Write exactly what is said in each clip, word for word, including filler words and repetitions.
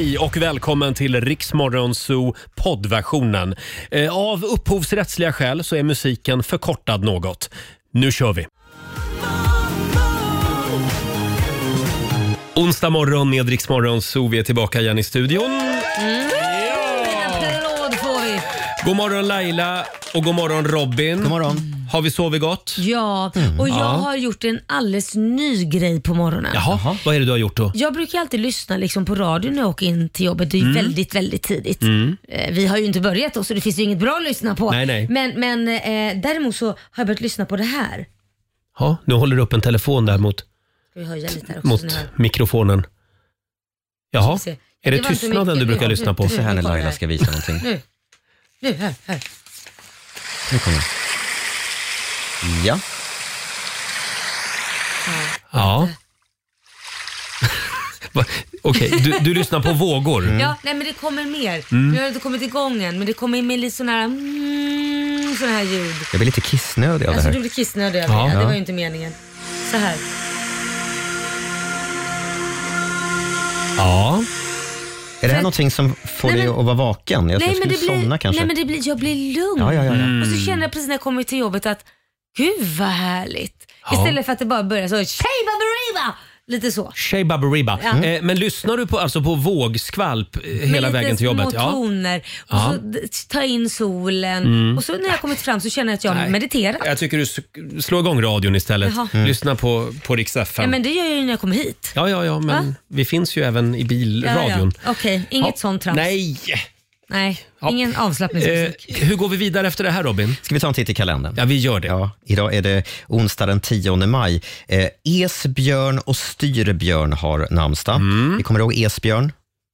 Hej och välkommen till Rix Morgon Zoo poddversionen. Av upphovsrättsliga skäl så är musiken förkortad något. Nu kör vi! Onsdag morgon med Rix Morgon Zoo. Vi är tillbaka igen i studion. Mm. God morgon Laila och god morgon Robin. God morgon. Har vi sovit gott? Ja, och jag Ja. har gjort en alldeles ny grej på morgonen. Jaha, vad är det du har gjort då? Jag brukar alltid lyssna liksom på radio när jag åker in till jobbet. Det är ju väldigt, väldigt tidigt. Eh, Vi har ju inte börjat då, så det finns ju inget bra att lyssna på. Nej, nej. Men, men eh, däremot så har jag börjat lyssna på det här. Ja, nu håller du upp en telefon där mot, Ska vi höja lite här också? mot så ni hör? mikrofonen. Jaha, Ska vi se. är det Det var inte tystnaden mycket. du brukar Nu, lyssna på? nu, Så här när kommer Laila det. ska visa någonting. Nu, nu, här, här. Nu kommer Ja. Ja. Va- Okej, du, du lyssnar på vågor. Ja, nej men det kommer mer. Mm. Nu har det inte kommit igång än, men det kommer med lite sån här, mm, sån här ljud. Jag blir lite kissnödig av det Alltså du här. blir kissnödig över Ja. det. Det Ja. var ju inte meningen. Så här. Ja. Är det här någonting som får Nej, dig men- att vara vaken? Jag, Nej, jag men skulle det blir, somna kanske. nej men det blir, jag blir lugn. Ja, ja, ja, ja. Och så känner jag precis när jag kommer till jobbet att gud vad härligt. Ja. Istället för att det bara börjar så tjej baberiba! Lite så. Shea Baberiba. Ja. Eh, men lyssnar du på, alltså på vågskvalp eh, hela Med vägen lite till jobbet? små toner. Och Ja. så d- ta in solen. Och så när jag kommit fram så känner jag att jag Nej. mediterar. Jag tycker du s- slår igång radion istället. Jaha. Lyssna på, på Rix F M. Ja, men det gör jag ju när jag kommer hit. Ja, ja, ja, men Va? vi finns ju även i bilradion. Ja, ja. Okej, inget Ja. sånt trams. Nej! Nej, Ja. ingen Eh, avslappningsmusik. hur går vi vidare efter det här Robin? Ska vi ta en titt i kalendern? Ja, vi gör det. Ja, idag är det onsdag den tionde maj. Eh, Esbjörn och Styrbjörn har namnsdag. Vi kommer ihåg Esbjörn?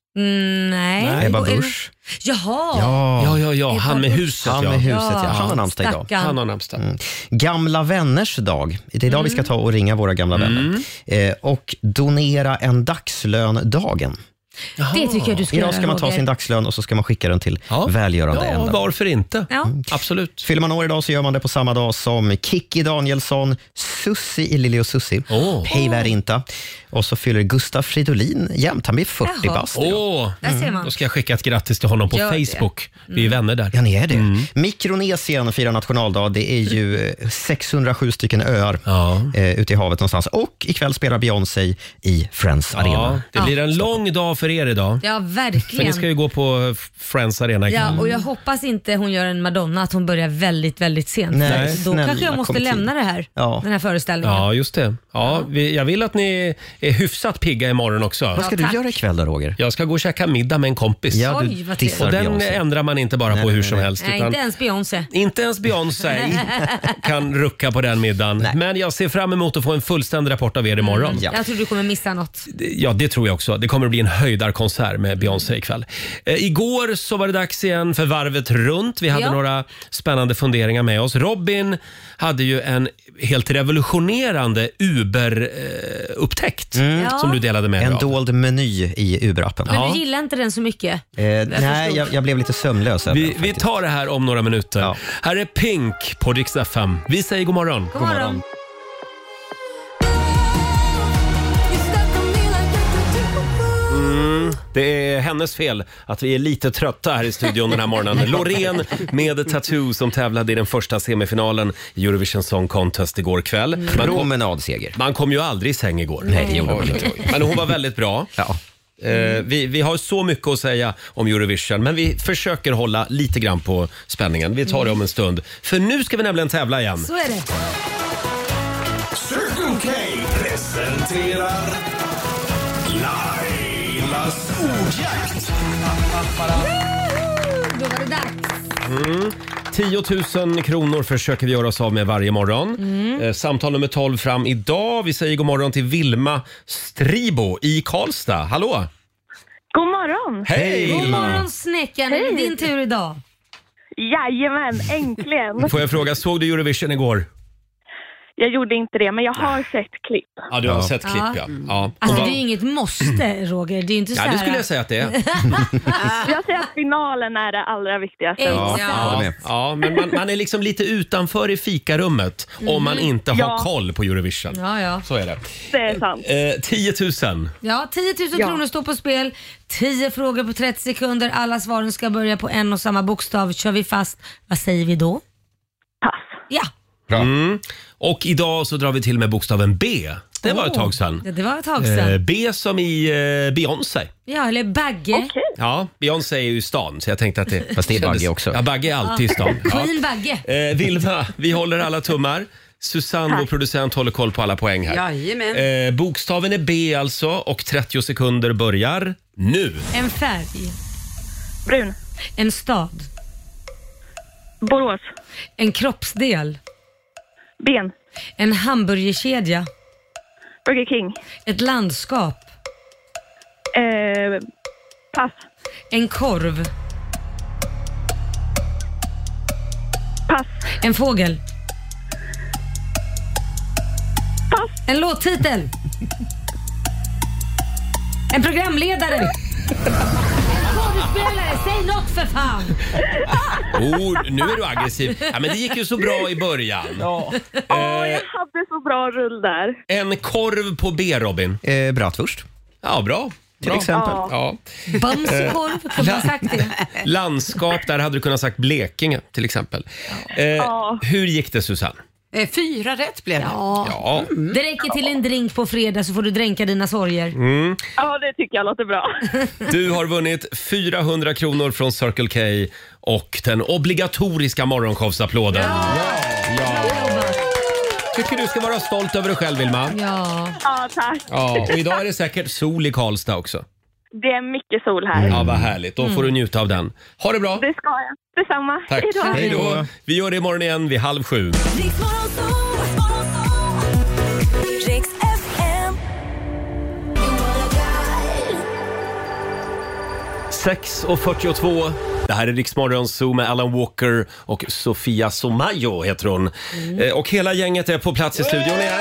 Mm, nej. Nej, Ebba Och är det- Busch. Jaha. Ja, ja, ja. Han med huset. Han ja. med huset, ja. Han har namnsdag idag. stackarn. Han har namnsdag. Mm. Gamla vänners dag. Det är idag vi ska ta och ringa våra gamla vänner. Eh, och donera en dagslön-dagen. Det tycker jag du ska Idag göra, ska man ta Roger. sin dagslön och så ska man skicka den till Ja. välgörande Ja, ändamål. varför inte? Ja. Absolut. Fyller man år idag så gör man det på samma dag som Kikki Danielsson, Sussi i Lili och Susi, Åh. Pejla Rinta. Och så fyller Gustaf Fridolin jämt. Han blir fyrtio Jaha. bast idag. Åh, Där ser man. då ska jag skicka ett grattis till honom på Gör det. Facebook. Vi är vänner där. Ja, ni är det. Mikronesien firar nationaldag. Det är ju eh, sexhundrasju stycken öar Ja. eh, ute i havet någonstans. Och ikväll spelar Beyoncé i Friends Ja, Arena. det blir en lång dag för er idag. Ja, För ni verkligen. ska ju gå på Friends Arena ikväll. Ja, och jag hoppas inte hon gör en Madonna, att hon börjar väldigt, väldigt sent. Nej, För då snälla, kanske jag måste kom tid. lämna det här, Ja. den här föreställningen. Ja, just det. Ja, vi, jag vill att ni är hyfsat pigga imorgon också. Vad ska Ja, tack. du göra ikväll då, Roger? Jag ska gå och käka middag med en kompis. Ja, Oj, du vad dissar Och den Beyoncé. ändrar man inte bara Nej, på nej, hur nej, som nej. helst. Nej, Utan inte ens Beyoncé. inte ens Beyoncé kan rucka på den middagen. Nej. Men jag ser fram emot att få en fullständig rapport av er imorgon. Ja. Jag tror du kommer missa något. Ja, det tror jag också. Det kommer att bli en höjdarkonsert med Beyoncé ikväll. Eh, igår så var det dags igen för varvet runt. Vi hade Ja. några spännande funderingar med oss. Robin hade ju en helt revolutionerande Uber-upptäckt Ja. som du delade med dig En av. dold meny i Uber-appen. Men Ja. du gillar inte den så mycket? Eh, Jag nej, förstår. jag, jag blev lite sömnlös över Vi, den, vi faktiskt. tar det här om några minuter. Ja. Här är Pink på Rix F M. Vi säger god morgon. God morgon. Det är hennes fel att vi är lite trötta här i studion den här morgonen. Loreen med Tattoo som tävlade i den första semifinalen i Eurovision Song Contest igår kväll. Man kom, Promenadseger. man kom ju aldrig i säng igår. Nej, det gjorde man inte. Men hon var väldigt bra. Ja. Eh, vi, vi har så mycket att säga om Eurovision, men vi försöker hålla lite grann på spänningen. Vi tar det om en stund. För nu ska vi nämligen tävla igen. Så är det. Circle K presenterar Lailas ordjakt. Då var det dags. tio tusen kronor försöker vi göra oss av med varje morgon. Eh, samtal nummer tolv fram idag. Vi säger god morgon till Vilma Stribo i Karlstad. Hallå! God morgon! Hej! God morgon snäckan, är det din tur idag? Jajamän, äntligen! Får jag fråga, såg du Eurovision igår? Jag gjorde inte det, men jag har sett klipp. Ja, du har Ja. sett klipp, ja. ja. ja. Alltså Och det vad- är ju inget måste, Roger. Det är ju inte så Ja, här... det skulle jag säga att det är. Jag säger att finalen är det allra viktigaste. Exakt. håller Ja, med. ja, men man, man är liksom lite utanför i fikarummet om man inte har Ja. koll på Eurovision. Ja, ja. Så är det. Det är sant. Eh, tio tusen. Ja, tio tusen Ja. kronor står på spel. tio frågor på trettio sekunder. Alla svaren ska börja på en och samma bokstav. Kör vi fast, vad säger vi då? Pass. Ja. Mm. Och idag så drar vi till med bokstaven B. Det var ett tag sedan. Det, det var ett tag sedan. Eh, B som i eh, Beyoncé. Ja, eller Bagge. Okej. Ja, Beyoncé är ju i stan så jag tänkte att det... Fast det är Bagge också. Ja, Bagge är alltid i stan. Ja. Queen Bagge. Eh, Vilma, vi håller alla tummar. Susanne, vår producent, håller koll på alla poäng här. Jajamän. Eh, bokstaven är B alltså och trettio sekunder börjar nu. En färg. Brun. En stad. Borås. En kroppsdel. Ben. En hamburgerkedja. Burger King. Ett landskap. Eh, pass. En korv. Pass. En fågel. Pass. En låttitel. En programledare. En skådespelare. Säg något för fan. Oh, nu är du aggressiv. Ja, men det gick ju så bra i början. Ja, jag hade så bra rull där. En korv på B, Robin. Eh, bratwurst, Ja, bra. till Bra. exempel. Ja. Bamsekorv. Kunde man sagt det? Landskap, där hade du kunnat sagt Blekinge till exempel. Eh, hur gick det, Susanne? Eh, Fyra rätt blev det. Ja. Ja, Det räcker till en drink på fredag så får du dränka dina sorger. Ja, det tycker jag låter bra. du har vunnit fyrahundra kronor från Circle K och den obligatoriska morgonshowsapplåden. Tycker du ska vara stolt över dig själv, Vilma. Ja. Ja, tack. Ja, och idag är det säkert sol i Karlstad också. Det är mycket sol här. Ja, vad härligt. Då får du njuta av den. Ha det bra. Det ska jag. Detsamma. Tack. Hej då. Hej då. Vi gör det imorgon igen vid halv sju. Riks F M. sex och fyrtiotvå. Det här är Rix Morgon Zoo med Alan Walker och Sofia Somayo heter hon. Eh, Och hela gänget är på plats i studion igen.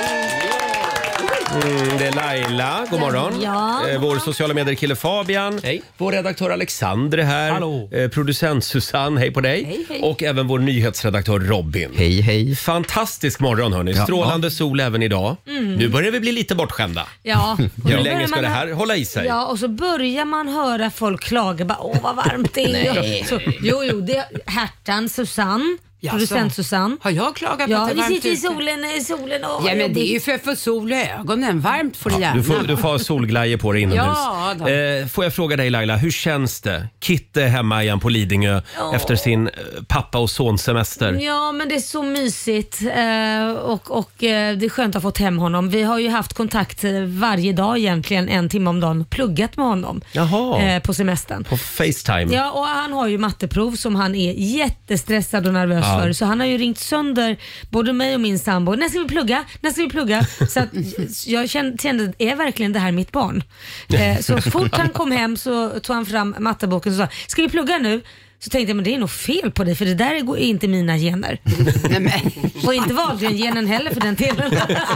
Mm, det är Laila, god morgon. Ja. Eh, Vår sociala medier-kille Fabian. Hej. Vår redaktör Alexander är här. Hallå. Eh, Producent Susanne, hej på dig. Hej, hej. Och även vår nyhetsredaktör Robin. Hej, hej. Fantastisk morgon hörni. Ja. Strålande sol även idag. Nu börjar vi bli lite bortskämda. Ja. Och Hur då börjar länge ska man det hö- här hålla i sig? Ja, och så börjar man höra folk klaga. Bara, åh, vad varmt det är. Så, jo, jo, det är Hertan, Susanne, Jaså. producent Susanne. Har jag klagat på Ja, att det är vi varmt sitter i ute? solen, i solen och... Ja, men det är ju för att få sol i ögonen. Varmt får det gärna. Du får, du får ha solglajjor på dig inomhus. Ja, då. eh, får jag fråga dig Laila, hur känns det? Kitte är hemma igen på Lidingö Ja. efter sin eh, pappa och sonsemester. Ja, men det är så mysigt eh, och, och eh, det är skönt att ha fått hem honom. Vi har ju haft kontakt eh, varje dag egentligen, en timme om dagen, pluggat med honom Jaha. eh, på semestern. På Facetime. Ja, och han har ju matteprov som han är jättestressad och nervös Ja. för. Så han har ju ringt sönder både mig och min sambo. När ska vi plugga? När ska vi plugga? Så att jag kände, kände, är verkligen det här mitt barn? Eh, så fort han kom hem så tog han fram matteboken och sa, ska vi plugga nu? Så tänkte jag, men det är nog fel på dig för det där är inte mina gener. Nej, men. Och inte Wahlgren-genen heller för den delen.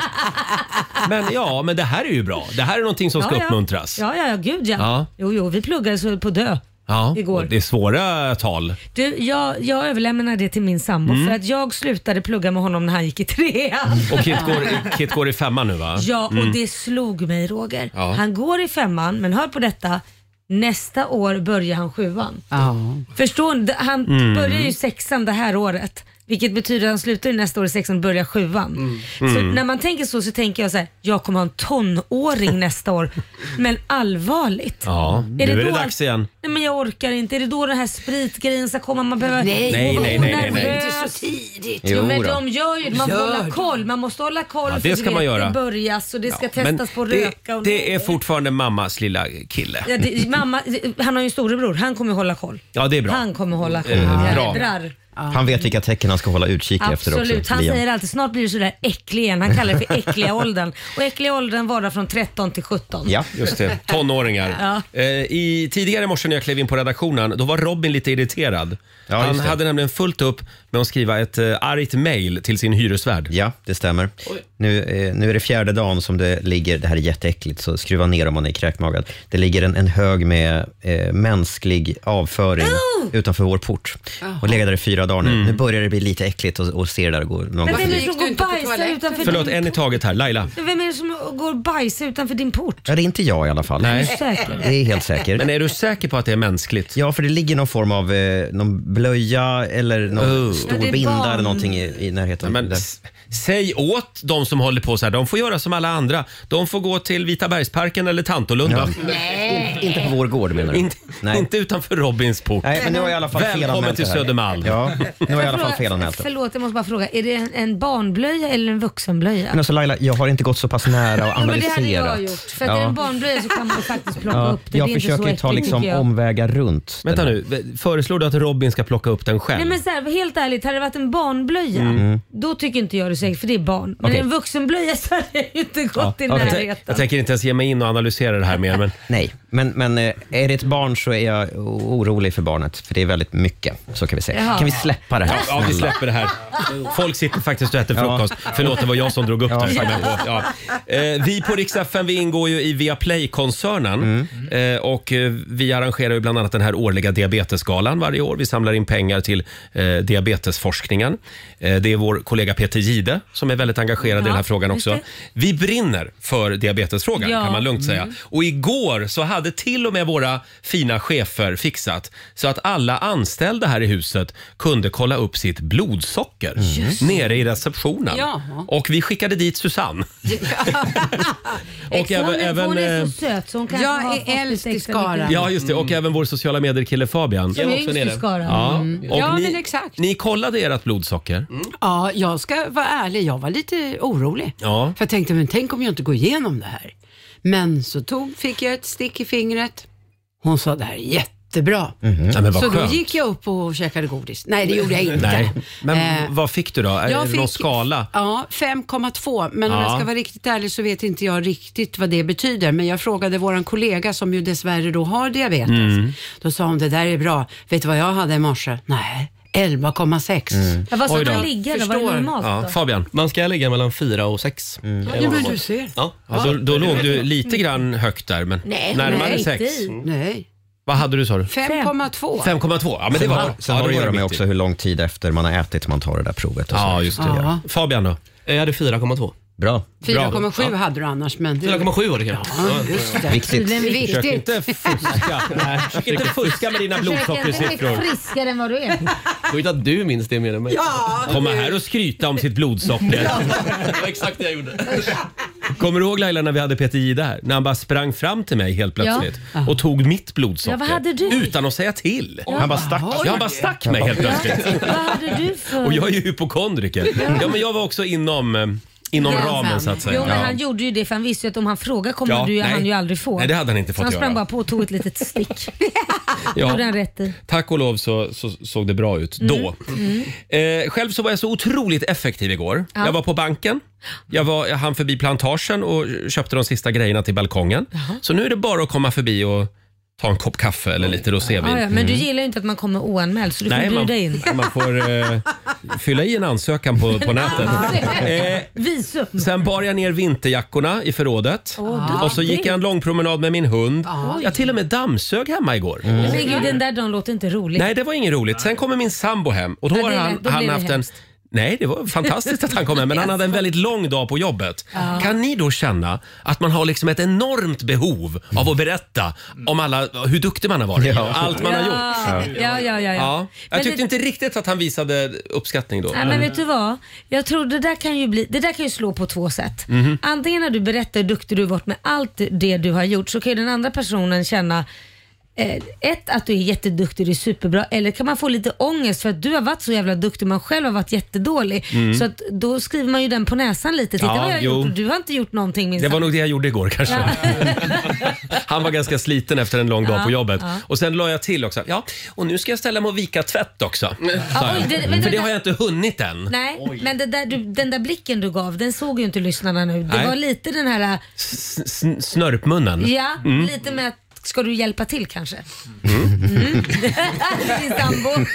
Men ja, men det här är ju bra. Det här är någonting som ska Ja, ja. uppmuntras. Ja, ja, ja, gud ja. Ja. Jo, jo, vi pluggade så på dö. Ja, Igår. och det är svåra tal. Du, jag, jag överlämnar det till min sambo Mm. för att jag slutade plugga med honom när han gick i trean. Och Kit går, i- Kit går i femman nu va? Ja, och det slog mig Roger. Ja. Han går i femman, men hör på detta. Nästa år börjar han sjuan. Ja. Förstår ni? Han Mm. börjar ju sexan det här året. Vilket betyder att han slutar ju nästa år i sexan och börjar sjuan. Så Mm. när man tänker så så tänker jag så här: jag kommer ha en tonåring nästa år. Men allvarligt. Ja, nu är det då- dags igen. Nej men jag orkar inte. Är det då den här spritgrejen ska komma? Man behöver Nej, Nej, vara nej, nej, nej, nej. nervös. Inte så tidigt. Jo, men Jo då. de gör ju man får Gör hålla de? koll. Man måste hålla koll Ja, för det du ska man vet, göra. det börjas och det ska Men testas på det, röka. Och det är fortfarande mammas lilla kille. ja, det, mamma, han har ju en storebror. Han kommer hålla koll. Ja, det är bra. Han kommer hålla koll. Eh, bra. Jädrar. Han vet vilka tecken han ska hålla utkik efter också. Absolut, han säger alltid snart blir du sådär äcklig igen. Han kallar det för äckliga åldern. Och äckliga åldern var från tretton till sjutton. Ja, just det. Tonåringar. Ja. Eh, i, tidigare i morse när jag klev in på redaktionen, då var Robin lite irriterad. Ja, han just det. hade nämligen fullt upp med att skriva ett eh, argt mejl till sin hyresvärd. Ja, det stämmer. Nu, eh, nu är det fjärde dagen som det ligger, det här är jätteäckligt, så skruva ner om man är kräkmagad. Det ligger en, en hög med eh, mänsklig avföring Oh! utanför vår port. Och lägger där i fyra dagar nu. Mm. Nu börjar det bli lite äckligt och, och ser där det går någon Men gång vem är det förbi. som går och bajsar utanför Förlåt, din en i taget här. Laila. port? Vem är det som går och bajsar utanför din port? Ja, det är inte jag i alla fall. Nej. Är du säker? Det är helt säker. Men är du säker på att det är mänskligt? Ja, för det ligger någon form av eh, någon blöja eller någon Oh. Ja, stor det är binda barn. eller någonting i, i närheten. Men där. s- säg åt de som håller på så här. De får göra som alla andra. De får gå till Vita bergsparken eller Tantolunda. Ja. Inte på vår gård menar du? Inte, Nej. inte utanför Robins port. Nej, men nu har jag i alla fall Välkommen felanmält till det här. Södermalm. Ja, nu har jag i alla fall Förlåt, felanmält det. Förlåt, jag måste bara fråga. Är det en, en barnblöja eller en vuxenblöja? Men alltså Laila, jag har inte gått så pass nära och Jo, men det analyserat. hade jag gjort. För att är det en barnblöja så kan man ju faktiskt plocka Ja, upp det. jag det är inte så försöker ta äckligt, liksom tycker jag. omvägar runt. Vänta den här. nu, föreslår du att Robin ska plocka upp den själv? Nej men så här, helt ärligt, hade det varit en barnblöja då tycker inte jag det är säkert för det är barn. Men Okej. en vuxenblöja så hade jag ju inte gått i okej. närheten. Jag tänker inte ens ge mig in och analysera det här mer. Men Nej, men, men eh, är det ett barn så är jag orolig för barnet. För det är väldigt mycket, så kan vi säga. Jaha. Kan vi släppa det här? ja, vi snälla? släpper det här. Folk sitter faktiskt och äter frukost. Förlåt, det var jag som drog upp Ja, det. faktiskt. Ja. Eh, vi på Rix F M, vi ingår ju i Viaplay-koncernen. Eh, och eh, vi arrangerar ju bland annat den här årliga diabetesgalan varje år. Vi samlar in pengar till eh, diabetesforskningen. Eh, det är vår kollega Peter Gide som är väldigt engagerad i den här frågan just också. det. Vi brinner för diabetesfrågan Ja. kan man lugnt säga. Och igår så hade till och med våra fina chefer fixat så att alla anställda här i huset kunde kolla upp sitt blodsocker nere i receptionen. Ja. Och vi skickade dit Susanne. och Hon, även, är- även hon är eh, så söt så hon kanske Jag har är fått äldst lite i extra skaran. mycket. ja, just det. Och även vår sociala medier-kille Fabian. Som är yngst i skaran. Ja, och Ja, ni, men exakt. ni kollade ert blodsocker. Ja, jag ska vara ärlig. Jag var lite orolig. Ja. För jag tänkte, men tänk om jag inte går igenom det här. Men så tog, fick jag ett stick i fingret. Hon sa, det här är jättebra. Ja, men vad Så skönt. då gick jag upp och käkade godis. Nej, det gjorde jag inte. Nej. Men Eh, vad fick du då? Är jag det någon fick- skala? Ja, fem komma två. Men om Ja. jag ska vara riktigt ärlig så vet inte jag riktigt vad det betyder. Men jag frågade våran kollega som ju dessvärre då har diabetes. Mm. Då sa hon, det där är bra. Vet du vad jag hade i morse? Nej, elva komma sex. Ja, vad ska Oj då. man ligga då? Vad är Förstår. normalt Ja, då? Fabian. Man ska ligga mellan fyra och sex. Ja, men du ser. Ja. Alltså, då låg du lite grann högt där, men Nej, närmare nej, sex. inte. Nej, Vad hade du sa du? fem komma två. fem komma två. Ja, men det Sen var, har, sen ja, har det att var göra med mitt i. också hur lång tid efter man har ätit som man tar det där provet. Och Ja, så. just det. Ja. Fabian då? Jag hade fyra komma två. Bra, fyra komma sju hade du annars, men... fyra komma sju var det kanske. Ja, just det. viktigt. Tydligen viktigt. Försök Viktigt. inte fuska. Nej, försök inte fuska med dina Försök inte blodsockersiffror. bli friskare än vad du är. Det var inte att du minns det mer än mig. Komma här och skryta om sitt blodsocker. Det var exakt det jag gjorde. Kommer du ihåg Laila när vi hade Peter Jihde här? När han bara sprang fram till mig helt plötsligt och tog mitt blodsocker. Ja, vad hade du? Utan att säga till. Han bara stack. Ja, han bara stack mig helt plötsligt. Vad hade du för... Och jag är ju hypokondriker. Ja, men jag var också inom, eh, inom Ja, ramen så att säga. Jo men Ja. han gjorde ju det för han visste ju att om han frågar kommer Ja, du ju, nej. han ju aldrig få. Nej, det hade han inte Så fått han sprang göra. bara på och tog ett litet stick. Ja. Gjorde han rätt i. Tack och lov så, så såg det bra ut Mm. då. Eh, själv så var jag så otroligt effektiv igår. Jag var på banken. Jag, var, jag hann förbi plantagen och köpte de sista grejerna till balkongen. Så nu är det bara att komma förbi och ta en kopp kaffe eller lite rosévin. Ja, ja, men du gillar ju inte att man kommer oanmäld så du får Nej, man, bjuda in. man får eh, fylla i en ansökan på, på nätet. Eh, Visum. sen bar jag ner vinterjackorna i förrådet. Och så gick jag en lång promenad med min hund. Jag till och med dammsög hemma igår. Men gud, den där dagen låter inte rolig. Nej, det var inget roligt. Sen kommer min sambo hem och då Ja, har det är han, lätt. Då han blir det haft en... hemskt. Nej, det var fantastiskt att han kom hem, men han hade en väldigt lång dag på jobbet. Kan ni då känna att man har liksom ett enormt behov av att berätta om alla, hur duktig man har varit, Ja. allt man har gjort? Ja, ja, ja. ja, ja. Ja, jag Men tyckte det- inte riktigt att han visade uppskattning då. Nej, men vet du vad? Jag tror det där kan ju bli, det där kan ju slå på två sätt. Mhm. Antingen när du berättar hur duktig du har varit med allt det du har gjort så kan ju den andra personen känna eh, ett, att du är jätteduktig, du är superbra, eller kan man få lite ångest för att du har varit så jävla duktig, man själv har varit jättedålig. Mm. Så att då skriver man ju den på näsan lite. Titta Ja, vad jag har jo. gjort och du har inte gjort någonting minst. Det var nog det jag gjorde igår kanske. Han var ganska sliten efter en lång dag Ja, på jobbet. ja. Och sen la jag till också. Ja, och nu ska jag ställa mig och vika tvätt också. sa Ja, jag. oj, det- men För det- det har jag inte hunnit än. Nej, men det där, du, den där blicken du gav, den såg ju inte lyssnarna nu. Det Nej. var lite den här, S- s- snörpmunnen. ja, Mm. lite med att ska du hjälpa till kanske? Mm. Din sambo.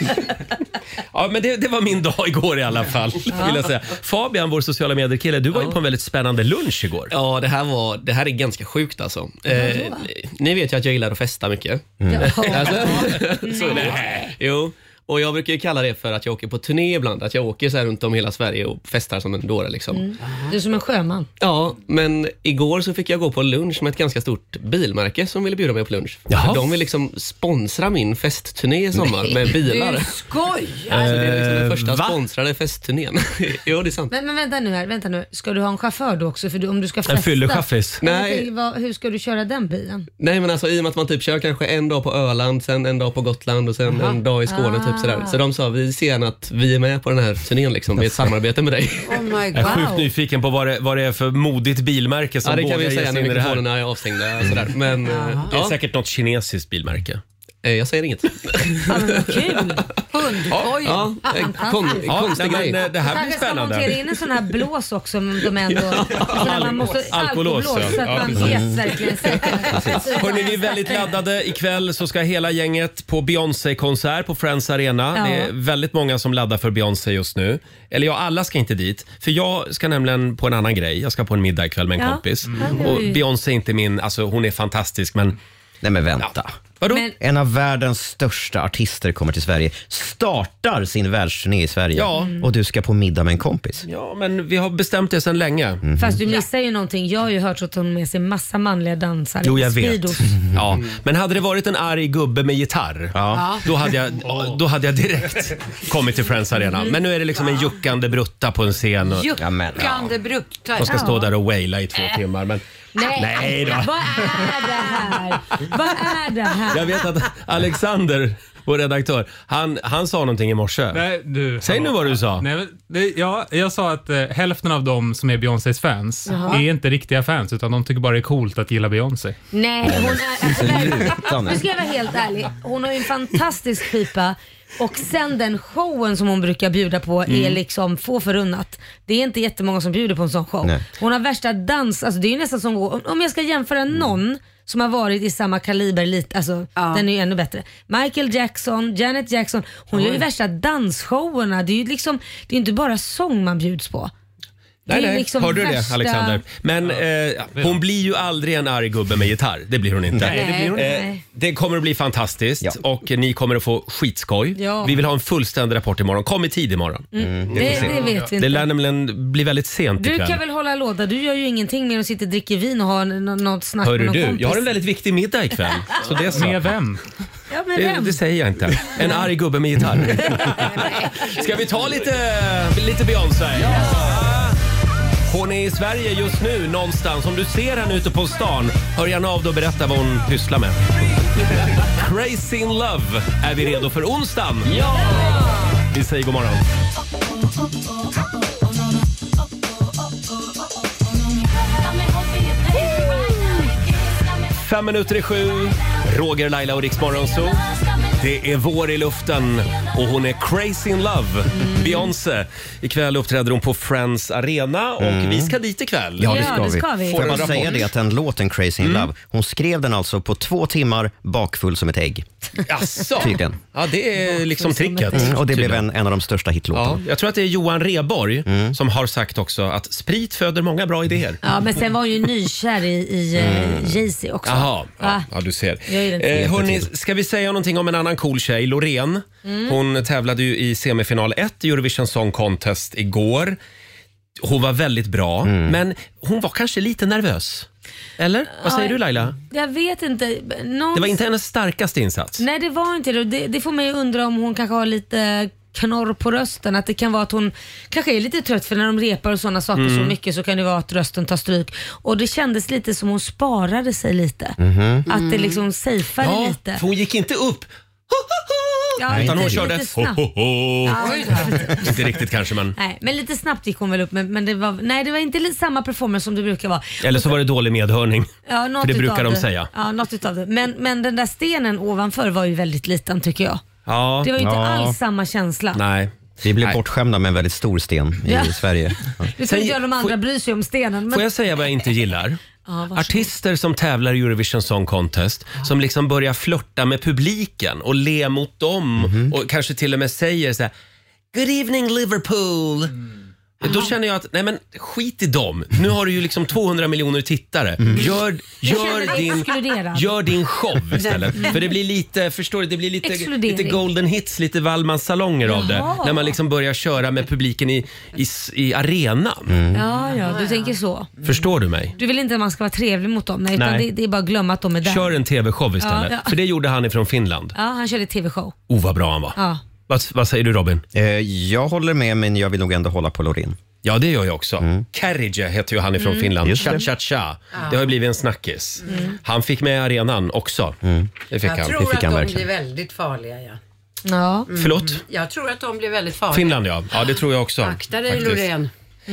Ja, men det, det var min dag igår i alla fall. Vill jag säga. Fabian, vår sociala medier-kille, du var ju på en väldigt spännande lunch igår. Ja, det här, var, det här är ganska sjukt alltså. Eh, ni vet ju att jag gillar att festa mycket. Ja. Alltså, så är det. Jo. Och jag brukar ju kalla det för att jag åker på turné ibland. Att jag åker så här runt om hela Sverige och festar som en dåre liksom. Mm. Du är som en sjöman. Ja, men igår så fick jag gå på lunch med ett ganska stort bilmärke som ville bjuda mig på lunch. Jaha. De vill liksom sponsra min festturné i sommar med bilar. Du skojar! Alltså, det är liksom den första va? sponsrade festturnén. Jo, det är sant. Men, men vänta nu här, vänta nu. Ska du ha en chaufför då också? För du, om du ska festa. En fyllechaffis. Nej. Nej. Vad, hur ska du köra den bilen? Nej, men alltså i och med att man typ kör kanske en dag på Öland, sen en dag på Gotland och sen en dag i Skåne typ sådär. Så de sa, vi ser gärna att vi är med på den här turnén liksom, med ett samarbete med dig. Oh my Jag är god. sjukt nyfiken på vad det, vad det är för modigt bilmärke som Ja, det vågar kan vi ge säga sig när in i det här. mikrofonerna är avstängda och sådär. Men eh, Det är ja, säkert något kinesiskt bilmärke. eh, jag säger inget. Ja, men vad kul! Hundkoj. Ja, eh, kon, Ja, konstig nej, grej. men, eh, det här blir Kanske ska montera spännande. in en sån här blås också. Men de ändå, så där man måste, Alkolås, alkoblås, ja. så att Ja, man precis. vet verkligen säkert. Hörrni, vi är väldigt laddade. Ikväll så ska hela gänget på Beyoncé-konsert på Friends Arena. Ja. Det är väldigt många som laddar för Beyoncé just nu. Eller ja, alla ska inte dit. För jag ska nämligen på en annan grej. Jag ska på en middag ikväll med en Ja. kompis. Mm. Och Beyoncé är inte min, alltså hon är fantastisk men... Nej men vänta. Vadå? Men- En av världens största artister kommer till Sverige, startar sin världsturné i Sverige Ja. och du ska på middag med en kompis. Ja, men vi har bestämt det sedan länge. Fast du missar ju någonting. Jag har ju hört att hon har med sig massa manliga dansare. Jo, jag vet. Speedos. Ja, men hade det varit en arg gubbe med gitarr, Ja. då, hade jag, då hade jag direkt kommit till Friends Arena. Men nu är det liksom en juckande brutta på en scen och Ja, men, ja. Juckande bruktar. de ska stå där och waila i två timmar. Men Nej, Nej då. vad är det här? Vad är det här? jag vet att Alexander, vår redaktör, han, han sa någonting i morse. Nej, du, Säg nu vad du sa. Nej, men det, ja, jag sa att eh, hälften av dem som är Beyoncés fans Jaha. är inte riktiga fans utan de tycker bara det är coolt att gilla Beyoncé. Nej, hon är... Sluta nu. Nu ska jag vara helt ärlig. Hon har ju en fantastisk pipa. Och sen den showen som hon brukar bjuda på är liksom få förunnat. Det är inte jättemånga som bjuder på en sån show. Nej. Hon har värsta dans, alltså det är ju nästan som om om jag ska jämföra någon som har varit i samma kaliber lite, alltså Ja. den är ju ännu bättre. Michael Jackson, Janet Jackson, hon gör ju värsta dansshowerna. Det är ju liksom, det är inte bara sång man bjuds på. Nej, Det är nej. liksom Hörde du det, värsta- Alexander? Men eh, hon blir ju aldrig en arg gubbe med gitarr. Det blir hon inte. Nej, det blir hon inte. Eh, det kommer att bli fantastiskt Ja. och ni kommer att få skitskoj. Ja. Vi vill ha en fullständig rapport imorgon. Kom i tid imorgon. Det, det vet vi Det inte. lär nämligen bli väldigt sent Du ikväll. kan väl hålla låda, du gör ju ingenting mer än att sitta och dricka vin och ha n- n- något snack med Hörru någon du, kompis. jag har en väldigt viktig middag ikväll. Så det är så. Med vem? Ja, men Det, vem? det säger jag inte. En arg gubbe med gitarr. Ska vi ta lite, lite Beyoncé? Hon är i Sverige just nu någonstans. Om du ser henne ute på stan, hör gärna av dig och berätta vad hon pysslar med. Crazy in Love är vi redo för onsdagen. Ja! Vi säger god morgon. Fem minuter i sju. Roger, Laila och Riksmorgon Zoo. Det är vår i luften och hon är crazy in love. Beyoncé. Ikväll uppträder hon på Friends Arena och vi ska dit ikväll. Ja, det Ja, ska det vi. ska vi. Får jag Får bara en säga rapport? det att den låten Crazy in Love, hon skrev den alltså på två timmar bakfull som ett ägg. Jaså? Tydligen. Ja, det är liksom tricket. Mm, och det blev tydligen. en, en av de största Ja, hitlåtarna. jag tror att det är Johan Rheborg som har sagt också att sprit föder många bra idéer. Ja, men sen var hon ju nykär i, i uh, Jay-Z också. Jaha, ja, Va? ja, du ser. Jag är den Eh, hörni, ska vi säga någonting om en annan cool tjej, Loreen. Hon tävlade ju i semifinal ett i Eurovision Song Contest igår. Hon var väldigt bra, men hon var kanske lite nervös. Eller? Vad säger Ja, du Laila? Jag vet inte. Någon... Det var inte hennes starkaste insats. Nej, det var inte det. det. Det får mig att undra om hon kanske har lite knorr på rösten. Att det kan vara att hon kanske är lite trött, för när de repar och sådana saker Mm. så mycket så kan det vara att rösten tar stryk. Och det kändes lite som hon sparade sig lite. Mhm. Att det liksom safeade Ja, lite. för hon gick inte upp. Ja, Utan hon lite- körde lite snabbt. ho, ho, ho. Ja, Inte riktigt kanske, men... Nej, men lite snabbt gick hon väl upp. Men, men det var, nej, det var inte lite samma performance som det brukar vara. Eller så var det dålig medhörning. Ja, något För det brukar utav de det. säga. Ja, något utav det. Men, men den där stenen ovanför var ju väldigt liten tycker jag. Ja. Det var ju inte Ja. alls samma känsla. Nej. Vi blev Nej. bortskämda med en väldigt stor sten i Ja. Sverige. Ja. Nu Sen- tror inte jag de andra får- bryr sig om stenen. Men... Får jag säga vad jag inte gillar? Ja, varsågod. Artister som tävlar i Eurovision Song Contest som liksom börjar flirta med publiken och le mot dem och kanske till och med säger så här: Good evening Liverpool. Då känner jag att, nej men skit i dem. Nu har du ju liksom tvåhundra miljoner tittare. Gör, Jag känner gör, dig din, exkluderad. gör din show istället. För det blir lite, förstår du, det blir lite, Exkludering. lite golden hits, lite Wallmans salonger av det. Jaha. När man liksom börjar köra med publiken i, i, i arenan. Ja, ja, du tänker så. Förstår du mig? Du vill inte att man ska vara trevlig mot dem, nej, utan Nej. det, det är bara att glömma att de är där. Kör en tv-show istället. Ja, ja. För det gjorde han ifrån Finland. Ja, han körde tv-show. Oh, vad bra han var. Ja. Vad, vad säger du Robin? Eh, Jag håller med, men jag vill nog ändå hålla på Loreen. Ja, det gör jag också. Mm. Carriage heter ju han ifrån Finland. Just det. Cha-cha-cha. Det har ju blivit en snackis. Han fick med arenan också. Det fick Jag han. tror det fick att han de verkligen. blir väldigt farliga. Ja. Ja. Förlåt? Jag tror att de blir väldigt farliga. Finland ja. Ja, det tror jag också. Akta dig faktiskt. Loreen.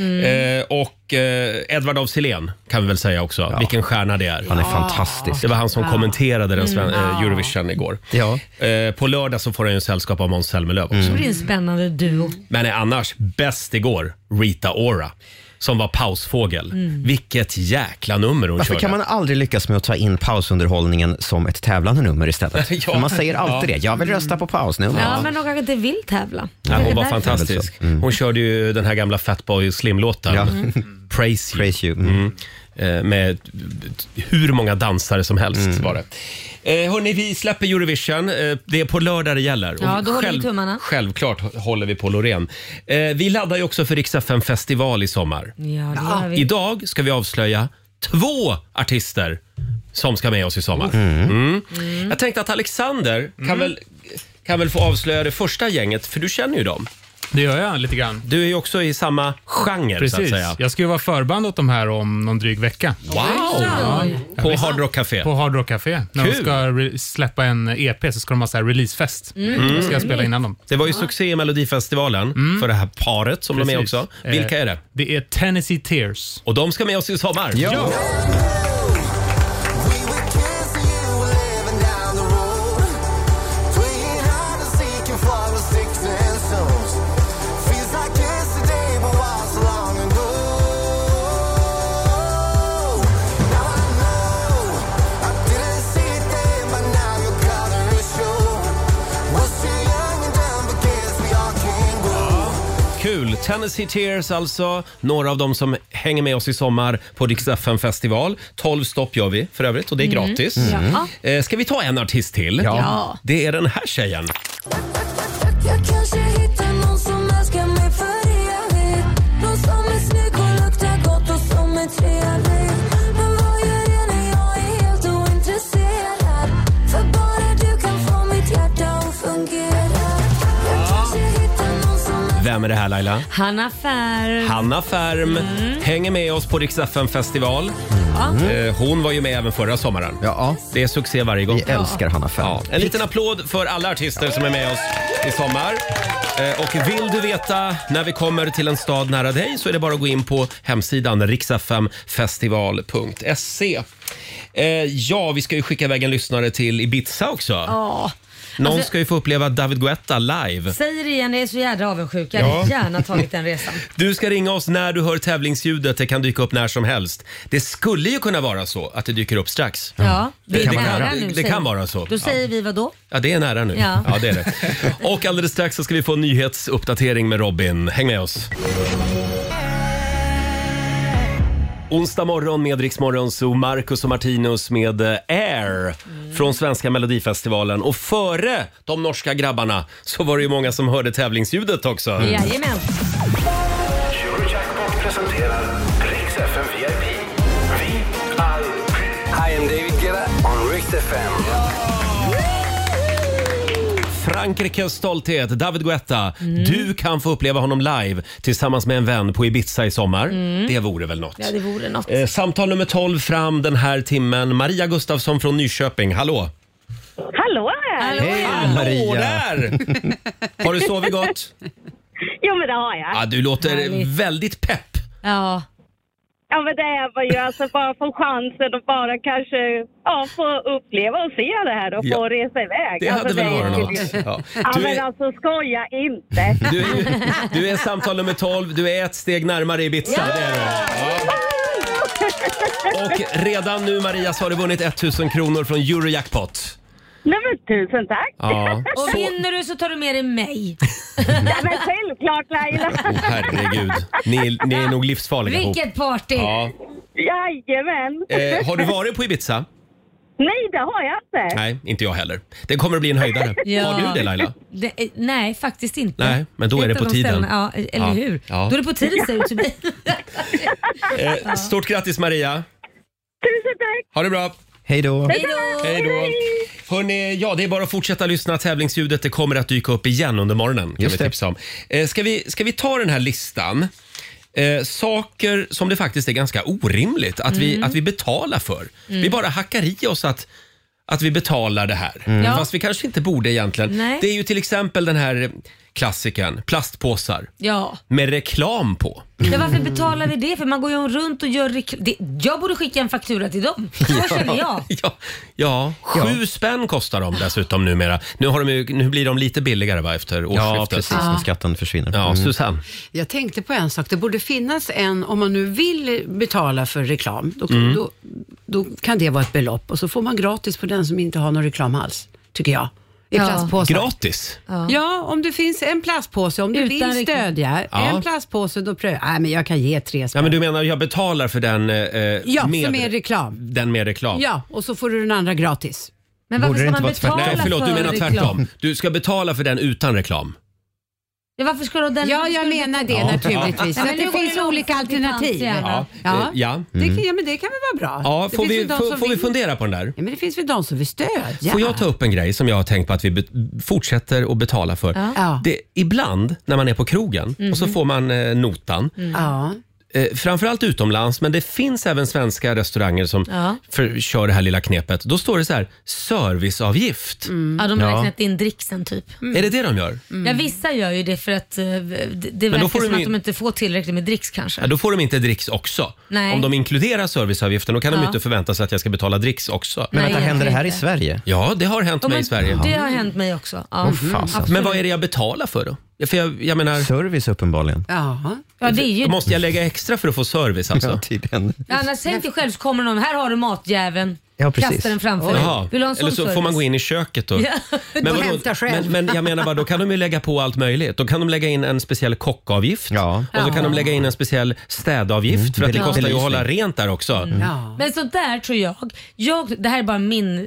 Eh, och eh, Edvard af Sillén kan vi väl säga också. Vilken stjärna det är. Han är fantastisk. Det var han som kommenterade den sven- eh, Eurovision igår. Ja. Eh, på lördag så får han ju sällskap av Måns Zelmerlöw också. Det blir en spännande duo. Men är annars bäst igår, Rita Ora. Som var pausfågel. Vilket jäkla nummer hon Varför körde. kan man aldrig lyckas med att ta in pausunderhållningen som ett tävlande nummer istället? Ja. För man säger alltid det. Jag vill rösta på pausnummer. Ja, men de kanske inte vill tävla. Ja, hon var Därför. fantastisk. Hon körde ju den här gamla Fatboy Slim-låten. Ja. Praise You. Praise you. Mm. Eh, Med hur många dansare som helst Mm. var det. Eh, hörni, vi släpper Eurovision. Eh, det är på lördag det gäller. Ja, Och då håller vi tummarna. Självklart håller vi på Loreen. Eh, vi laddar ju också för Rix F M festival i sommar. Ja, det gör vi. Idag ska vi avslöja två artister som ska med oss i sommar. Mm. Jag tänkte att Alexander kan, väl, kan väl få avslöja det första gänget, för du känner ju dem. Det gör jag lite grann. Du är ju också i samma genre så att Precis. säga. Jag ska ju vara förband åt de här om någon dryg vecka. Wow! På Hard Rock Café. På Hard Rock Café. När de Kul. ska re- släppa en E P så ska de ha så här releasefest. Då ska jag spela innan dem. Det var ju succé i Melodifestivalen för det här paret som de är Precis. också. Vilka Eh, är det? Det är Tennessee Tears. Och de ska med oss i sommar. Ja. Kul! Tennessee Tears alltså. Några av dem som hänger med oss i sommar på Rix F M festival. tolv stopp gör vi för övrigt och det är gratis. Ja. Eh, ska vi ta en artist till? Ja. Det är den här tjejen. Jag kanske hittar någon som älskar mig för evigt. Någon som är snygg och luktar gott och som är trevlig. Men vad gör det när jag är helt ointresserad? För bara du kan få mitt hjärta att fungera. Jag kanske hittar någon som Vem är det här Laila? Hanna Färm. Hanna Färm hänger med oss på Rix F M festival. Eh, Hon var ju med även förra sommaren. Ja, Det är succé varje gång. vi älskar Hanna Färm. Ja, en liten applåd för alla artister som är med oss i sommar. Eh, Och vill du veta när vi kommer till en stad nära dig så är det bara att gå in på hemsidan riks f m festival punkt se. Eh, Ja, vi ska ju skicka iväg en lyssnare till Ibiza också. Ja. Någon Alltså- ska ju få uppleva David Guetta live. Säger det igen, jag är så jävla avundsjuk. Jag hade Ja. gärna tagit den resan. Du ska ringa oss när du hör tävlingsljudet. Det kan dyka upp när som helst. Det skulle ju kunna vara så att det dyker upp strax. Ja, det, Det är kan nära vara- nu. det säger kan vi. vara så. Då säger vi vad då? Ja, det är nära nu. Ja. Ja, det är det. Och alldeles strax så ska vi få en nyhetsuppdatering med Robin. Häng med oss. Onsdag morgon med Rix Morgon Zoo, Marcus och Martinus med eh, Air från svenska Melodifestivalen. Och före de norska grabbarna så var det ju många som hörde tävlingsljudet också. Jajamän. Eurojackpot presenterar Rix F M V I P. Vi är... Hi, I'm David Guetta on Rix F M. Frankrikes stolthet, David Guetta. Mm. Du kan få uppleva honom live tillsammans med en vän på Ibiza i sommar. Mm. Det vore väl något. Ja, det vore något. Eh, samtal nummer tolv fram den här timmen. Maria Gustafsson från Nyköping. Hallå! Hallå här! Hallå, Hej, ja. Hallå Maria. där! Har du sovit gott? Jo, men det har jag. Ja, du låter Härligt. väldigt pepp. Ja. Ja, men det är vad ju alltså bara få chansen och bara kanske ja, få uppleva och se det här och Ja. få resa iväg. Det hade alltså, väl är varit ju- något. Ja. Ja, Du, men är, alltså skoja inte. du, är, du är samtal nummer tolv. Du är ett steg närmare Ibiza. Det är du. Ja. Och redan nu, Maria, så har du vunnit tusen kronor från Eurojackpot. Nej, men tusen tack. Ja. Och vinner du så tar du med dig mig. Ja, men självklart Laila. Åh, herregud. Ni, ni är nog livsfarliga ihop. Vilket party! Ja. Jajamän. Eh, har du varit på Ibiza? Nej, det har jag inte. Nej, inte jag heller. Det kommer att bli en höjdare. Ja. Har du det, Laila? Det, eh, nej, faktiskt inte. Nej, men då är det Ett på av de tiden. ställena- Ja, eller Ja. hur? Ja. Då är det på tiden, ser det ut som mig. Eh, stort grattis, Maria. Tusen tack. Ha det bra. Hej då. Hej då! Hej då. Hörrni, ja, det är bara att fortsätta lyssna. Tävlingsljudet det kommer att dyka upp igen under morgonen. Kan Just vi det. tipsa om. Eh, ska, vi, ska vi ta den här listan? Eh, saker som det faktiskt är ganska orimligt att, vi, att vi betalar för. Vi bara hackar i oss att, att vi betalar det här. Ja. Fast vi kanske inte borde egentligen. Nej. Det är ju till exempel den här klassikern, plastpåsar Ja. med reklam på. Ja, varför betalar vi det? För man går ju runt och gör reklam. Det- Jag borde skicka en faktura till dem. Så känner jag. Ja, ja, sju spänn kostar de dessutom numera. Nu, har de ju, nu blir de lite billigare va, efter årsskiftet. Ja, precis. När skatten försvinner. Ja, Mm. Susanne. Jag tänkte på en sak. Det borde finnas en, om man nu vill betala för reklam, då, Mm. då, då kan det vara ett belopp. Och så får man gratis på den som inte har någon reklam alls, tycker jag. I Ja. plastpåsar. Gratis? Ja, om det finns en plastpåse, om du Utan vill reklam. stödja Ja. en plastpåse, då prövar Nej, men jag kan ge tre Ja, spänn. men du menar jag betalar för den eh, Ja, med, som är reklam. Den med reklam? Ja, och så får du den andra gratis. Men varför Borde det ska inte man vara tvärtom? betala Nej, förlåt, för du menar reklam? tvärtom. Du ska betala för den utan reklam. Ja, varför ska då den... Ja, varför jag ska du menar det betala? naturligtvis. Ja, För men att nu det går finns det olika långt till alternativ. pants, Ja, Ja. eh, ja. Det, kan, ja, men det kan väl vara bra. Ja, Det får finns vi, väl de får, som får vi vill- fundera på den där? Ja, men det finns väl de som vill stödja. Får jag ta upp en grej som jag har tänkt på att vi be- fortsätter att betala för? Ja. Det, ibland när man är på krogen och så får man eh, notan. Ja. Eh, framförallt utomlands, men det finns även svenska restauranger som Ja. för, kör det här lilla knepet. Då står det så här, serviceavgift. Ja, de har Ja. räknat in dricksen typ. Är det det de gör? Ja, vissa gör ju det för att eh, det, det då verkar får som de att ju- de inte får tillräckligt med dricks kanske. Ja, då får de inte dricks också. Nej. Om de inkluderar serviceavgiften då kan de Ja. ju inte förvänta sig att jag ska betala dricks också. Men Nej, vänta, händer det här i egentligen Sverige? Ja, det har hänt Ja, mig men i Sverige. Det har hänt mig också. Ja. Åh, fasen. Absolut. Men vad är det jag betalar för då? Ja, För jag, jag menar, Service uppenbarligen. Ja. Ja, det är ju... måste jag lägga extra för att få service alltså? Ja, tydligen. Annars säg inte själv så kommer någon, här har du matjäveln. Ja, precis. Kastar den framför dig. Jaha. Vill du ha en sån Eller så får service? man gå in i köket och... Ja. Men, Och vadå? hämta själv. men, men jag menar bara, då kan de ju lägga på allt möjligt. Då kan de lägga in en speciell kockavgift. Ja. Och så kan de lägga in en speciell städavgift. För att det Ja. kostar ju att Belysning. hålla rent där också. Ja. Men så där tror jag, jag, det här är bara min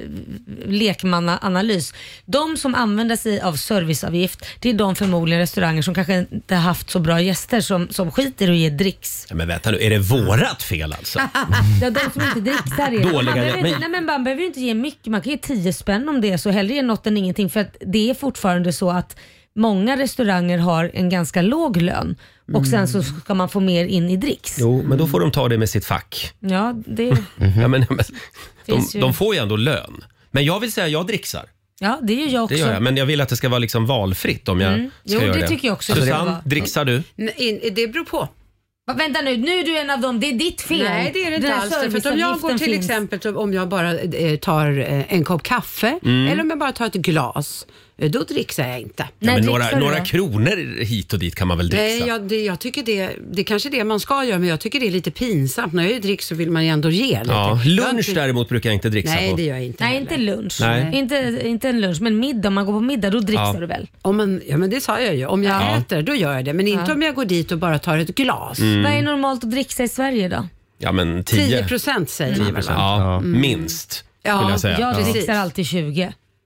lekmannaanalys. De som använder sig av serviceavgift, det är de förmodligen restauranger som kanske inte har haft så bra gäster som, som skiter och ger dricks. Ja, men vänta nu, är det vårat fel alltså? Ja, de som inte dricksar är Dåliga- man behöver, men- inte, nej, men man behöver ju inte ge mycket, man kan ge tio spänn om det är så, hellre ge något än ingenting, för att det är fortfarande så att många restauranger har en ganska låg lön och sen så ska man få mer in i dricks. Jo, men då får de ta det med sitt fack. Ja, det, Ja, men, men, de, Finns ju- de får ju ändå lön. Men jag vill säga, jag dricksar. ja, det gör jag också. Det gör jag. Men jag vill att det ska vara liksom valfritt om jag Mm. ska Jo, göra det det. tycker jag också det ska Susanne, vara. dricksar du? Nej, in- Det beror på. Va, vänta nu, nu är du en av dem, det är ditt fel. Nej, det är det inte Den här alls. För att om jag går serviceavgiften till finns. exempel, så om jag bara eh, tar eh, en kopp kaffe eller om jag bara tar ett glas, eh, då dricksar jag inte. Ja, Nej, men dricksar några, du några då? kronor hit och dit kan man väl dricksa? Nej, jag, det, jag tycker det, det kanske är det man ska göra, men jag tycker det är lite pinsamt. När jag dricker så vill man ju ändå ge lite. Ja, Jag lunch inte- däremot brukar jag inte dricksa Nej, på. det gör jag inte Nej, heller. inte lunch. Nej. Inte, inte en lunch, men middag. Om man går på middag, då dricksar Ja. du väl? Om man, ja, men det sa jag ju. Om jag Ja. äter, då gör jag det. Men inte Ja. om jag går dit och bara tar ett glas. Mm. Vad är normalt att dricksa i Sverige då? Ja, men tio. tio procent säger man väl? va? Ja, Ja. minst. Ja, Skulle jag säga. Jag precis. dricksar alltid tjugo.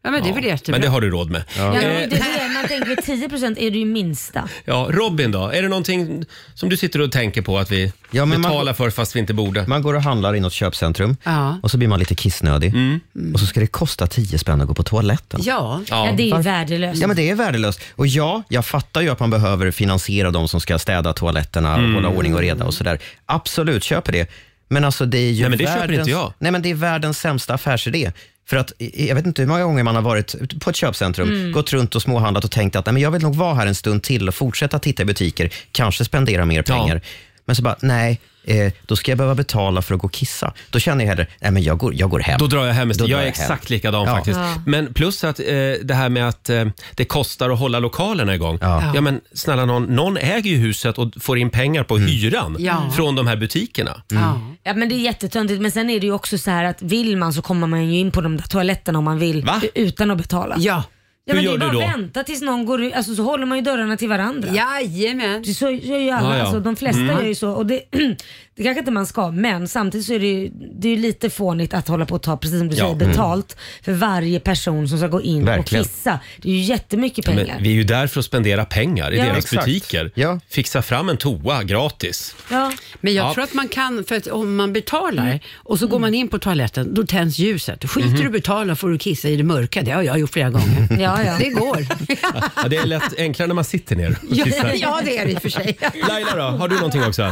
Ja, men det är väl jättebra. Men det har du råd med. Ja, Eh, det är det. Man tänker att tio procent är det ju minsta. ja, Robin då? Är det någonting som du sitter och tänker på att vi Ja, men man- betalar för fast vi inte borde? Man går och handlar i något köpcentrum Ja. och så blir man lite kissnödig. Mm. Och så ska det kosta tio spänn att gå på toaletten. Ja. Ja, det är ju Varför- värdelöst. Ja, men det är värdelöst. Och ja, jag fattar ju att man behöver finansiera de som ska städa toaletterna och Mm. hålla ordning och reda och sådär. Absolut, köper det. Men alltså det är ju Nej, men det köper världens, inte jag. Nej, men det är världens sämsta affärsidé. För att jag vet inte hur många gånger man har varit på ett köpcentrum, Mm. gått runt och småhandlat och tänkt att nej, men jag vill nog vara här en stund till och fortsätta titta i butiker, kanske spendera mer pengar. Men så bara, nej, eh, då ska jag behöva betala för att gå och kissa. Då känner jag hellre, nej men jag går, jag går hem. Då drar jag hem. Då Jag drar är jag exakt hem. likadan Ja. faktiskt. Ja. Men plus att eh, det här med att eh, det kostar att hålla lokalerna igång. Ja, Ja. men snälla någon, någon äger ju huset och får in pengar på hyran Ja. från de här butikerna. Ja. Ja, men det är jättetöntigt. Men sen är det ju också så här att vill man så kommer man ju in på de där toaletterna om man vill. Va? Utan att betala. Ja. Ja, men Hur det gör är du bara då? att vänta tills någon går ut. Alltså, så håller man ju dörrarna till varandra. Jajamän. Så, så gör ju alla, Ja, ja. Alltså, de flesta Mm. gör ju så. Och det, det kanske inte man ska, men samtidigt så är det ju, det är ju lite fånigt att hålla på att ta, precis som du Ja. säger, betalt för varje person som ska gå in Verkligen. och kissa. Det är ju jättemycket Ja, pengar. men vi är ju där för att spendera pengar i Ja. deras Exakt. butiker. Ja. Fixa fram en toa gratis. Ja. Men jag Ja. tror att man kan, för att om man betalar Mm. och så går man in på toaletten, då tänds ljuset. Skiter Mhm. du betala får du kissa i det mörka. Det har jag gjort flera gånger. Ja, ja. Det går. Ja, det är lätt enklare när man sitter ner och Ja, kissar. ja, det är det i och för sig. Laila då, har du någonting också?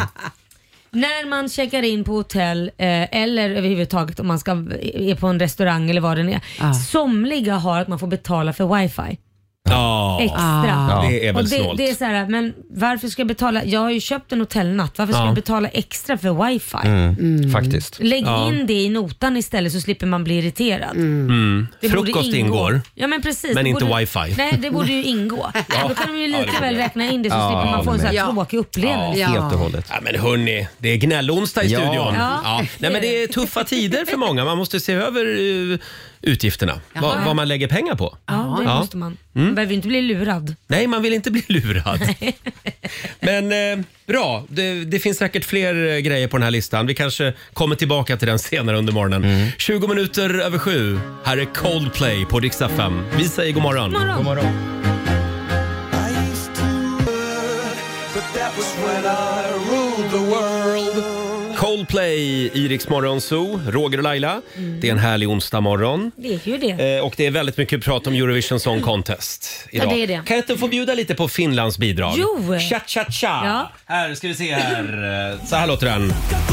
När man checkar in på hotell eh, eller överhuvudtaget om man ska är på en restaurang eller vad det är. Ah. Somliga har att man får betala för wifi. Ja, Extra. Ah. det är väl Och det, snålt. det är så här, men varför ska jag betala? Jag har ju köpt en hotellnatt. Varför ska Ja. jag betala extra för wifi? Mm, Faktiskt. Lägg Ja. in det i notan istället så slipper man bli irriterad. Mm. Det borde Frukost ingå. ingår. Ja, men precis. Men Det inte borde, wifi. Nej, det borde ju ingå. Då kan de ju Ja, det lika borde väl det. räkna in det så Ja, slipper man få en så här men- tråkig upplevelse. Ja. Helt och hållet. Ja, men hörni, det är gnällonsdag i Ja. studion. Ja. Nej, men det är tuffa tider för många. Man måste se över uh, utgifterna. Va, Ja. vad man lägger pengar på. Ja, det Ja. måste man. Man behöver ju inte bli lurad. Nej, man vill inte bli lurad. Men eh, bra, det, det finns säkert fler eh, grejer på den här listan. Vi kanske kommer tillbaka till den senare under morgonen. tjugo minuter över sju. Här är Coldplay på Rix F M. Vi säger god morgon. Morgon. God morgon. Coldplay i Rix Morgon Zoo. Roger och Laila. Det är en härlig onsdag morgon. Det är ju det. Eh, och det är väldigt mycket prat om Eurovision Song Contest idag. Ja, det är det. Kan jag inte få bjuda lite på Finlands bidrag? Jo. Cha cha cha. Ja. Här ska vi se här. Eh, Så här låter den.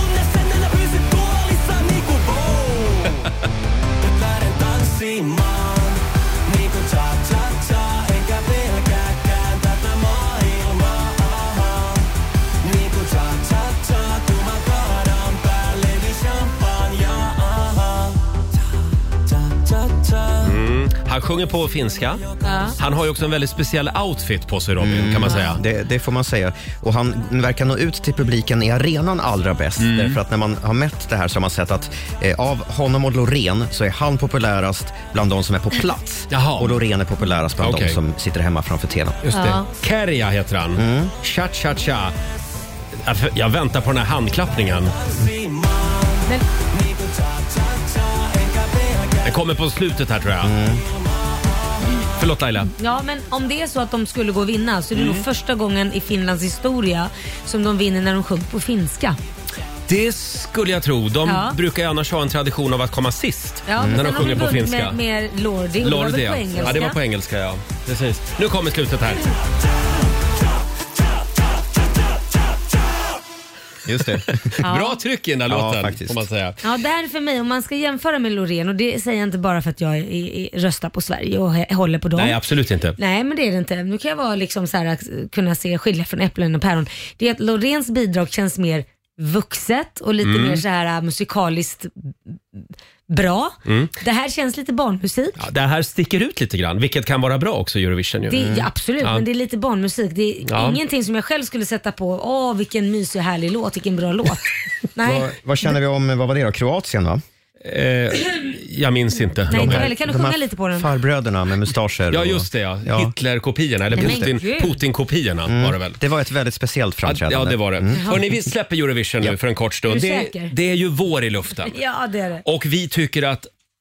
Mm. Han sjunger på finska. Ja. Han har ju också en väldigt speciell outfit på sig, Robin, kan man säga. Det, det får man säga. Och han verkar nå ut till publiken i arenan allra bäst. Mm. Därför att när man har mätt det här så har man sett att eh, av honom och Loreen så är han populärast bland de som är på plats. Jaha. Och Loreen är populärast bland Okej. de som sitter hemma framför tvn. Just det. Ja. Kärja heter han. Mm. Cha cha cha. Jag, jag väntar på den här handklappningen. Men, Den kommer på slutet här, tror jag. Förlåt, Laila. ja, men om det är så att de skulle gå och vinna så är det Mm. nog första gången i Finlands historia som de vinner när de sjunger på finska. Det skulle jag tro. De Ja. brukar ju annars ha en tradition av att komma sist Ja, när men de sen har sjunger på vunnit finska. Med, med Lordi och det var Lordi, väl ja. på engelska. Ja, det var på engelska, ja. Precis. Nu kommer slutet här. Just det. Bra tryck i den där Ja, låten, faktiskt. får man säga. Ja, det här är för mig, om man ska jämföra med Loreen, och det säger jag inte bara för att jag är, är, röstar på Sverige och he, håller på dem. Nej, absolut inte. Nej, men det är det inte. Nu kan jag vara liksom så här, att kunna se skilja från äpplen och päron. Det är att Loreens bidrag känns mer vuxet och lite Mm. mer så här äh, musikaliskt bra. Det här känns lite barnmusik. Ja, det här sticker ut lite grann, vilket kan vara bra också i Eurovision. Ju. Det, ja, absolut, Ja. men det är lite barnmusik. Det är Ja. ingenting som jag själv skulle sätta på. Åh, vilken mysig och härlig låt, vilken bra låt. Nej, Vad, vad känner vi om, vad var det då? Kroatien va? Eh, jag minns inte. nej inte Robert. heller. Kan du De sjunga här lite på den? Farbröderna med mustascher. Ja, och- just det. Ja. Ja. Hitler-kopiorna, eller Nej, men Putin, gud. Putin-kopiorna var det väl. Det var ett väldigt speciellt Ja, framträdande. ja, det var det. Hörrni, vi släpper Eurovision nu för en kort stund. Är du Det, säker? det är ju vår i luften. Ja, det är det. Och vi tycker att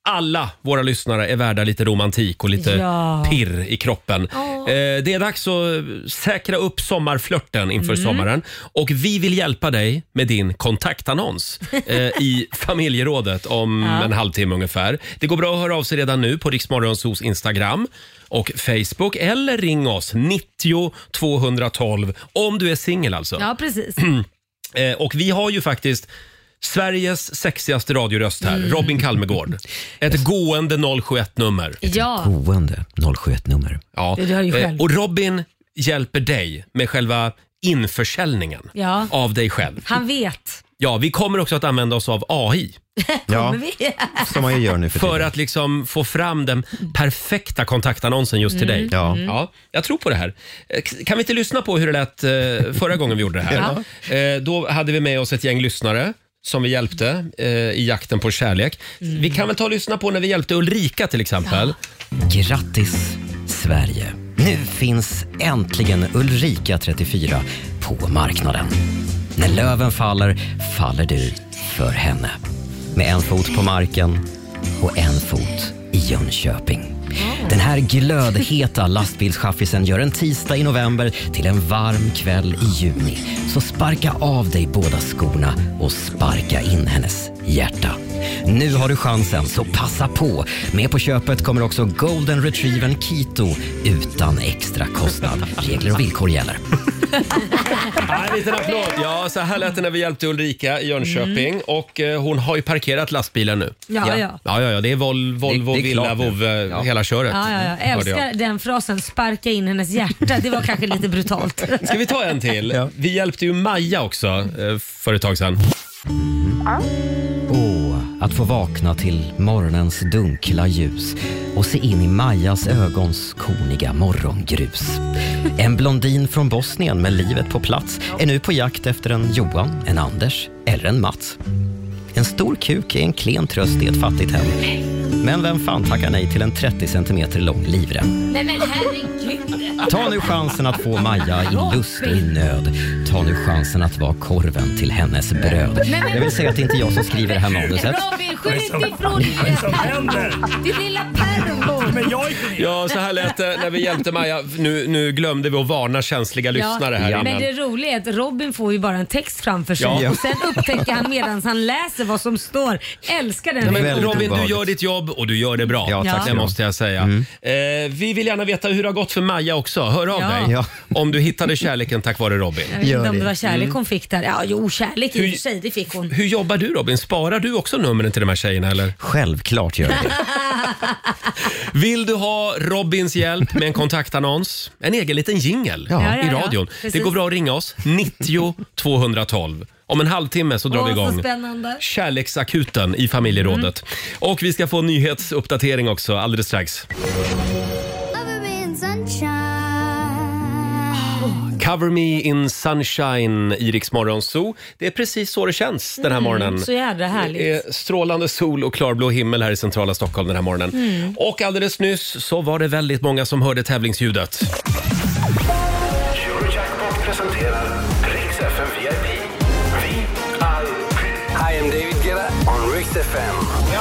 alla våra lyssnare är värda lite romantik och lite Ja. pirr i kroppen. Åh. Eh, det är dags att säkra upp sommarflörten inför Mm. sommaren. Och vi vill hjälpa dig med din kontaktannons eh, i familjerådet om Ja. en halvtimme ungefär. Det går bra att höra av sig redan nu på Riksmorgonsos Instagram och Facebook. Eller ring oss nittio tvåhundratolv om du är singel alltså. Ja, precis. Eh, och vi har ju faktiskt Sveriges sexigaste radioröst här, Mm. Robin Kalmegård. Ett gående noll sju ett-nummer. Ja, Gående noll sju ett-nummer. Ja. Det hör ju själv. Eh, och Robin hjälper dig med själva införsäljningen Ja. av dig själv. han vet. Ja, vi kommer också att använda oss av A I Ja, Men vi... som man ju gör nu för för tiden. att liksom få fram den perfekta kontaktannonsen just till dig. Ja. Ja, jag tror på det här. Eh, k- Kan vi inte lyssna på hur det lät eh, förra gången vi gjorde det här? Eh, Då hade vi med oss ett gäng lyssnare som vi hjälpte eh, i jakten på kärlek. Vi kan väl ta och lyssna på när vi hjälpte Ulrika till exempel. Grattis Sverige! Nu finns äntligen Ulrika trettiofyra på marknaden. När löven faller, faller du för henne. Med en fot på marken och en fot i Jönköping. Den här glödheta lastbilschaffisen gör en tisdag i november till en varm kväll i juni. Så sparka av dig båda skorna och sparka in hennes hjärta. Nu har du chansen, så passa på. Med på köpet kommer också Golden Retrievern Kito utan extra kostnad. Regler och villkor gäller. Ja, en liten applåd. Ja, så här lät det när vi hjälpte Ulrika i Jönköping. Och eh, hon har ju parkerat lastbilen nu. Ja, ja. Ja, ja, ja. Det är Vol- Volvo, Det- det är Villa, klart nu. Vov, eh, hela köret. Ja, ja, jag hörde jag. älskar den frasen, sparka in hennes hjärta. Det var kanske lite brutalt. Ska vi ta en till? Vi hjälpte ju Maja också eh, för ett tag sedan. Åh, att få vakna till morgonens dunkla ljus och se in i Majas ögons korniga morgongrus. En blondin från Bosnien med livet på plats är nu på jakt efter en Johan, en Anders eller en Mats. En stor kuk är en klen tröst i ett fattigt hem. Men vem fan tackar nej till en trettio centimeter lång livrem? Nej men herregud. Ta nu chansen att få Maja i lust och i nöd. Ta nu chansen att vara korven till hennes bröd. Jag vill säga att det inte är jag som skriver det här manuset. Robin, skyll inte ifrån dig. Ditt lilla pervo. Ja, så här lät det när vi hjälpte Maja. Nu, nu glömde vi att varna känsliga lyssnare här innan. Men det roliga är att Robin får ju bara en text framför sig Ja. och sen upptäcker han medan han läser vad som står. Älskar den. Nej, men Väldigt Robin, du obehagligt. gör ditt jobb och du gör det bra. Ja, tack Det ska du ha. måste jag säga. Eh, vi vill gärna veta hur det har gått för Maja också. Hör av Ja. dig Ja. om du hittade kärleken tack vare Robin. Jag vet Gör inte om det. det var kärlek hon fick där. Ja, jo, kärlek i och Hur- för sig, det fick hon. Hur jobbar du Robin? Sparar du också numren till de här tjejerna eller? Självklart gör jag det. Vill du ha Robins hjälp med en kontaktannons? En egen liten jingle Ja. Ja, ja, i ja. radion. Precis. Det går bra att ringa oss. nittio tvåhundratolv. Om en halvtimme så drar Åh, vi så igång spännande. Kärleksakuten i familjerådet. Och vi ska få en nyhetsuppdatering också alldeles strax. Cover me in sunshine i Rix Morgon Zoo. Det är precis så det känns den här morgonen. Så jädra härligt. Det är strålande sol och klarblå himmel här i centrala Stockholm den här morgonen. Mm. Och alldeles nyss så var det väldigt många som hörde tävlingsljudet. Eurojackpot presenterar Rix F M V I P. Vi är... Hi, I'm David Guetta on Rix F M.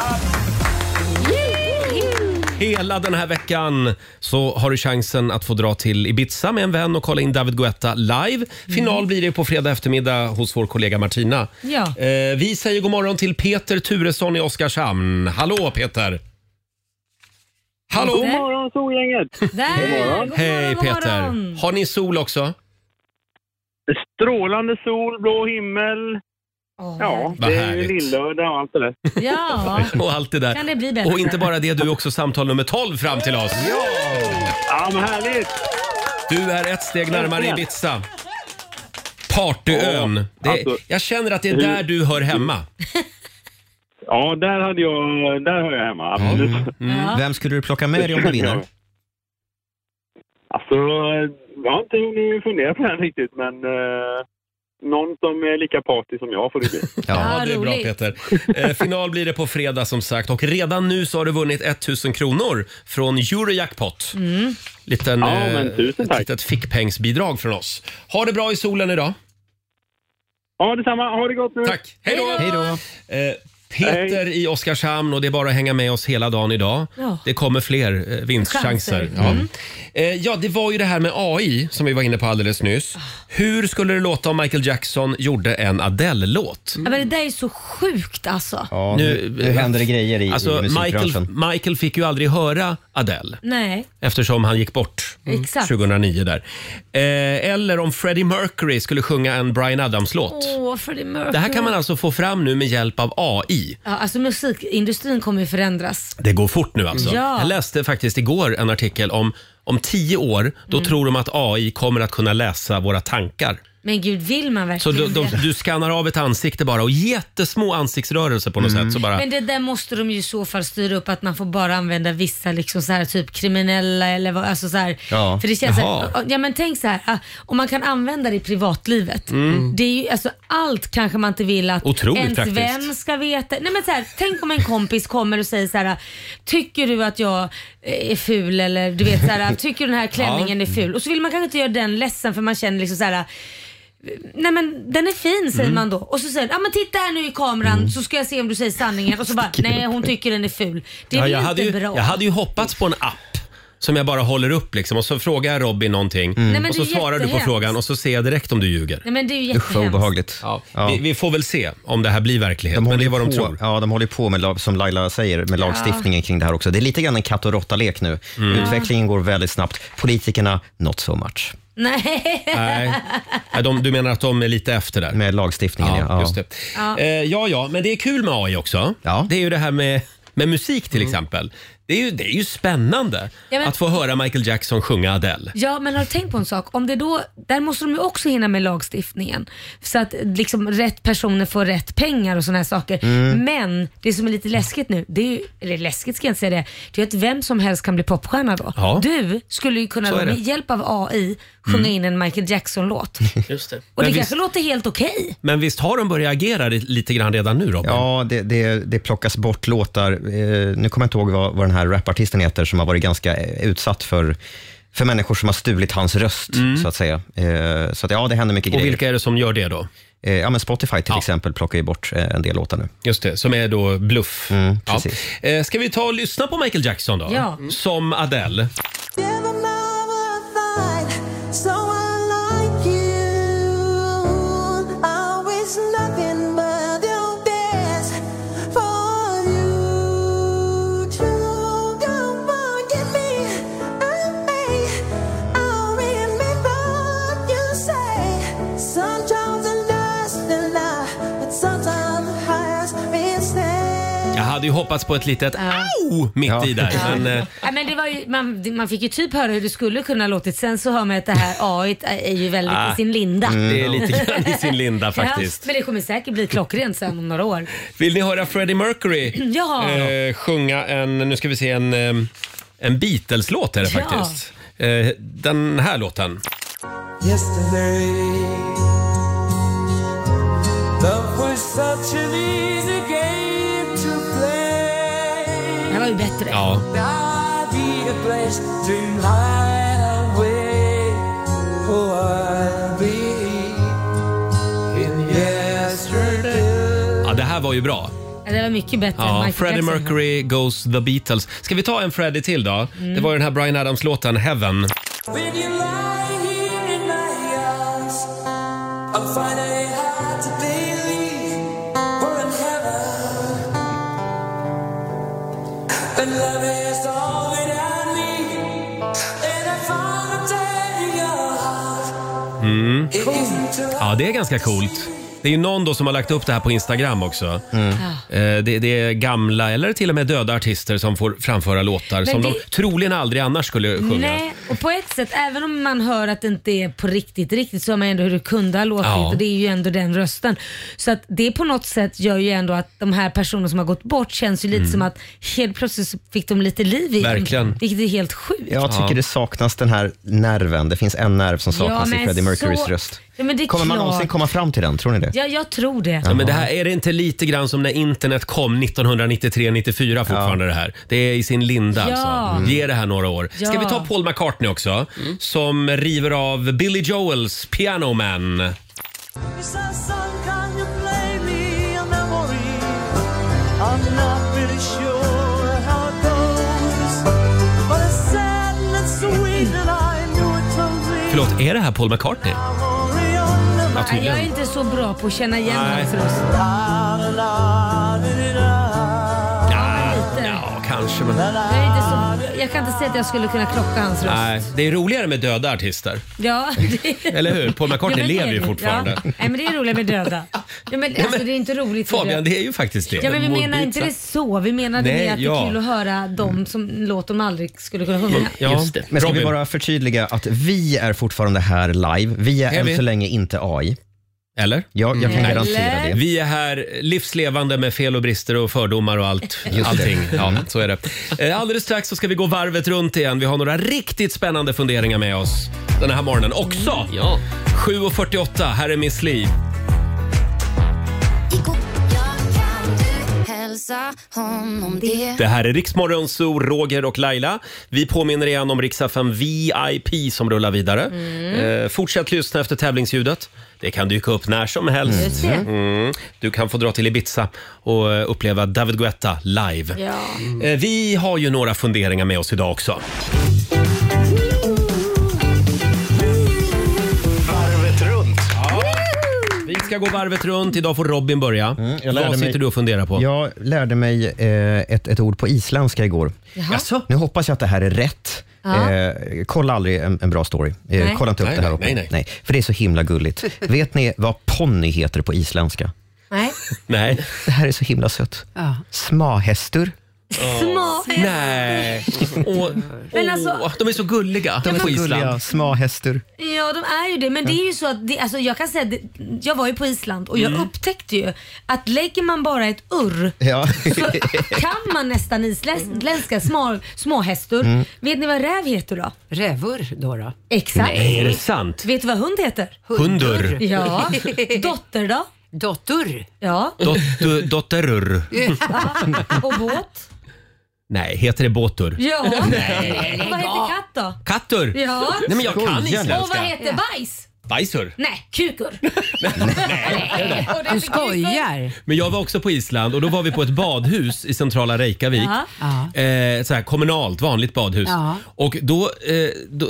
Hela den här veckan så har du chansen att få dra till Ibiza med en vän och kolla in David Guetta live. Final blir det på fredag eftermiddag hos vår kollega Martina. Ja. Eh, vi säger god morgon till Peter Turesson i Oskarshamn. Hallå Peter! Hallå! God morgon, solgänget! Där, god Hej morgon, god Peter! morgon. Har ni sol också? Strålande sol, blå himmel. Åh, Ja, Vad det är härligt. ju lillördag och allt det där. Ja, Och allt det där. kan det bli bättre? Och inte bara det, du är också samtal nummer tolv fram till oss. Ja, men härligt! Du är ett steg närmare Ibiza. Partyön. Det, alltså- jag känner att det är där du hör hemma. Ja, där hade jag, där hör jag hemma, absolut. Ja. Vem skulle du plocka med dig om du vinner? Alltså, jag har inte hunnit fundera på det här riktigt, men eh, någon som är lika party som jag får det bli. Ja, Ja, det är bra roligt. Peter. Eh, final blir det på fredag som sagt. Och redan nu så har du vunnit tusen kronor från Eurojackpot. Mm. Liten, Ja, eh, men tusen ett tack. litet fickpengsbidrag från oss. Ha det bra i solen idag. Ja, detsamma. Ha det gott nu. Tack. Hej då! Hej då! Eh, Peter i Oskarshamn och det är bara att hänga med oss hela dagen idag. Ja. Det kommer fler eh, vinstchanser. Chanser. Ja. Mm. Eh, ja, det var ju det här med A I som vi var inne på alldeles nyss. Hur skulle det låta om Michael Jackson gjorde en Adele-låt? Ja, men det där är så sjukt alltså. Ja, nu, nu händer det grejer i, alltså, i musikbranschen. Michael, Michael fick ju aldrig höra Adele. Nej. Eftersom han gick bort Mm. Exakt. tjugohundraniio där. Eh, eller om Freddie Mercury skulle sjunga en Bryan Adams-låt. Åh, Freddie Mercury. Det här kan man alltså få fram nu med hjälp av A I. Ja, alltså musikindustrin kommer ju förändras. Det går fort nu alltså. Ja. Jag läste faktiskt igår en artikel om om tio år, då Mm. tror de att A I kommer att kunna läsa våra tankar. Men gud, vill man Så verkligen de, de, det? du skannar av ett ansikte bara och jättesmå ansiktsrörelser på något sätt. Så bara, Men det där måste de ju i så fall styra upp, att man får bara använda vissa liksom så här, typ kriminella eller vad, alltså så här, Ja. för det känns så Jaha. här, ja men tänk så här, ah, om man kan använda det i privatlivet. Mm. Det är ju, alltså allt kanske man inte vill att Otroligt ens praktiskt. vän ska veta. Nej men så här, tänk om en kompis kommer och säger så här: tycker du att jag är ful, eller du vet så här, tycker du den här klänningen Ja. är ful? Och så vill man kanske inte göra den ledsen, för man känner liksom så här: nej men den är fin, säger Mm. man då. Och så säger ja men titta här nu i kameran så ska jag se om du säger sanningen. Och så bara, nej hon tycker den är ful. Det är ja, väl jag, inte hade ju, bra. jag hade ju hoppats på en app som jag bara håller upp liksom, och så frågar jag Robin någonting Nej, men och så det är svarar du på jättehemskt. frågan och så ser jag direkt om du ljuger. Nej men det är ju jättehemskt. Ja. Ja. Vi, vi får väl se om det här blir verklighet, De men det håller är vad de på, tror. ja, de håller på med, lag- som Laila säger, med lagstiftningen kring det här också. Det är lite grann en katt och råtta-lek nu. Mm. Utvecklingen går väldigt snabbt. Politikerna, not so much. Nej. Nej. Nej, de, du menar att de är lite efter där? Med lagstiftningen, ja. ja. Just det. Ja. Eh, ja, ja, men det är kul med A I också. Ja. Det är ju det här med, med musik till exempel. Det är ju, det är ju spännande Ja, men- att få höra Michael Jackson sjunga Adele. Ja, men har du tänkt på en sak? Om det då, där måste de ju också hinna med lagstiftningen. Så att liksom rätt personer får rätt pengar och såna här saker. Mm. Men det som är lite läskigt nu, det är ju, eller läskigt ska jag inte säga det, det är att vem som helst kan bli popstjärna då. Ja. Du skulle ju kunna Så då, är det. med hjälp av A I sjunga Mm. in en Michael Jackson-låt. Just det. Och Men det visst, kanske låter helt okej. men visst har de börjat agera lite grann redan nu, Robin? Ja, det, det, det plockas bort låtar. Eh, nu kommer jag inte ihåg vad, vad den här rapartisten heter som har varit ganska eh, utsatt för, för människor som har stulit hans röst, så att säga. Eh, så att, ja, det händer mycket Och grejer. vilka är det som gör det då? Eh, ja, men Spotify till exempel plockar ju bort eh, en del låtar nu. Just det, som är då bluff. Mm, Ja. precis. Eh, ska vi ta och lyssna på Michael Jackson då? Ja. Som Adele. Jag hade ju hoppats på ett litet au mitt i där. Men, eh, Ja, men det var ju, man, man fick ju typ höra hur det skulle kunna låtit. Sen så hör man att det här A I är ju väldigt Ah, i sin linda. det är lite grann i sin linda faktiskt. Ja, men det kommer säkert bli klockrent sen om några år. Vill ni höra Freddie Mercury Ja. eh, sjunga en, nu ska vi se, en, eh, en Beatles-låt är det Ja. faktiskt. Eh, den här låten. Yesterday, love was such an easy game to play. Det här var ju bättre. Ja. I'd be a place to hide away. Oh, I'll be in yesterday. Ja, det här var ju bra. Ja, det var mycket bättre än Ja, Michael Freddie Jackson. Mercury goes the Beatles. Ska vi ta en Freddie till då? Mm. Det var ju den här Bryan Adams-låten Heaven. When you lie here in my arms, I'm finding it hard to believe we're in heaven. And love is all without me. And I found a day in your heart. Mm. It isn't too Ja, det är ganska coolt. Det är ju någon då som har lagt upp det här på Instagram också. Mm. Eh, Det, det är gamla eller till och med döda artister som får framföra låtar som det- de troligen aldrig annars skulle sjunga. Nej, och på ett sätt, även om man hör att det inte är på riktigt riktigt, så hör man ändå hur det kunde ha låtit, Ja. och det är ju ändå den rösten. Så att det på något sätt gör ju ändå att de här personerna som har gått bort känns ju lite Mm. som att helt plötsligt så fick de lite liv igen. Verkligen. Vilket är helt sjukt. Jag tycker det saknas den här nerven. Det finns en nerv som saknas Ja, i men Freddie Mercurys så- röst. Ja, men det är Kommer man klart. någonsin komma fram till den? Tror ni det? Ja, jag tror det. Ja, men det här, är det inte lite grann som när internet kom nittonhundranittiotre nittiofyra fortfarande det här? Det är i sin linda Ja. alltså. Mm. Ge det här några år. Ska Ja. vi ta Paul McCartney också? Som river av Billy Joels Piano Man. Son, can you play me a memory? Förlåt, är det här Paul McCartney? Ja, Nej, jag är inte så bra på att känna igen hans röst. Ja, ja, kanske. Men... Jag, är inte så, jag kan inte säga att jag skulle kunna klocka hans röst. Nej, det är roligare med döda artister. Ja, det... Eller hur? Paul McCartney ja, lever ju det. fortfarande. Ja. Nej, men det är roligare med döda. Ja, men, alltså, det är inte roligt med Fabian, döda. det är ju faktiskt det. Ja, men vi menar inte det så. Vi menar det Nej, med att ja. det är kul att höra de som låter de aldrig skulle kunna sjunga. Ja, Just det. Men ska Robin. vi bara förtydliga att vi är fortfarande här live. Vi är, Är än vi? så länge inte A I. Eller? Ja, jag kan Eller? garantera det. Vi är här livslevande med fel och brister och fördomar och allt. det. Allting. Ja, så är det. Eh, Alldeles strax så ska vi gå varvet runt igen. Vi har några riktigt spännande funderingar med oss den här morgonen också. Ja. sju och fyrtioåtta, här är Miss Li. Det här är Riksmorgon Zoo, Roger och Laila. Vi påminner igen om Rix F M V I P som rullar vidare. Eh, fortsätt lyssna efter tävlingsljudet. Det kan dyka upp när som helst. Just det. Mm. Du kan få dra till Ibiza och eh, uppleva David Guetta live. Ja. Eh, vi har ju några funderingar med oss idag också. Varvet runt. Vi ska gå varvet runt. Idag får Robin börja. Mm, jag lärde Vad sitter mig- du och funderar på? Jag lärde mig eh, ett, ett ord på isländska igår. Jaså? Nu hoppas jag att det här är rätt. Ja. Eh, kolla aldrig en, en bra story. Eh, Nej. kolla inte upp Nej, det här nej, uppe. nej, nej. För det är så himla gulligt. Vet ni vad ponny heter på isländska? Nej. Nej. Det här är så himla sött. Ja. Smahästur. Små. Nej. Och, Men alltså- åh, de är så gulliga De är på så Island. gulliga. Smahästur. Ja, de är ju det. Men det är ju så att det, alltså, jag kan säga att det, jag var ju på Island och jag upptäckte ju att lägger man bara ett urr Ja. så kan man nästan isländska små, småhästur. Vet ni vad räv heter då? Rävur då då? Exakt. Nej, är det sant? Vet du vad hund heter? Hundur. Ja. Dotter då? Dotter. Ja. Dot- Dotterur. Och båt? Nej, heter det båtur? Ja. Nej. Vad heter katt då? Kattur? Ja. Nej, men jag kan Och vad isländska. heter bajs? Bajsur. Nej, kukur. Nej. Och det Du är skojar. Men jag var också på Island och då var vi på ett badhus i centrala Reykjavik. Ja. Ja. Eh, så här kommunalt, vanligt badhus. Ja. Och då, eh, då,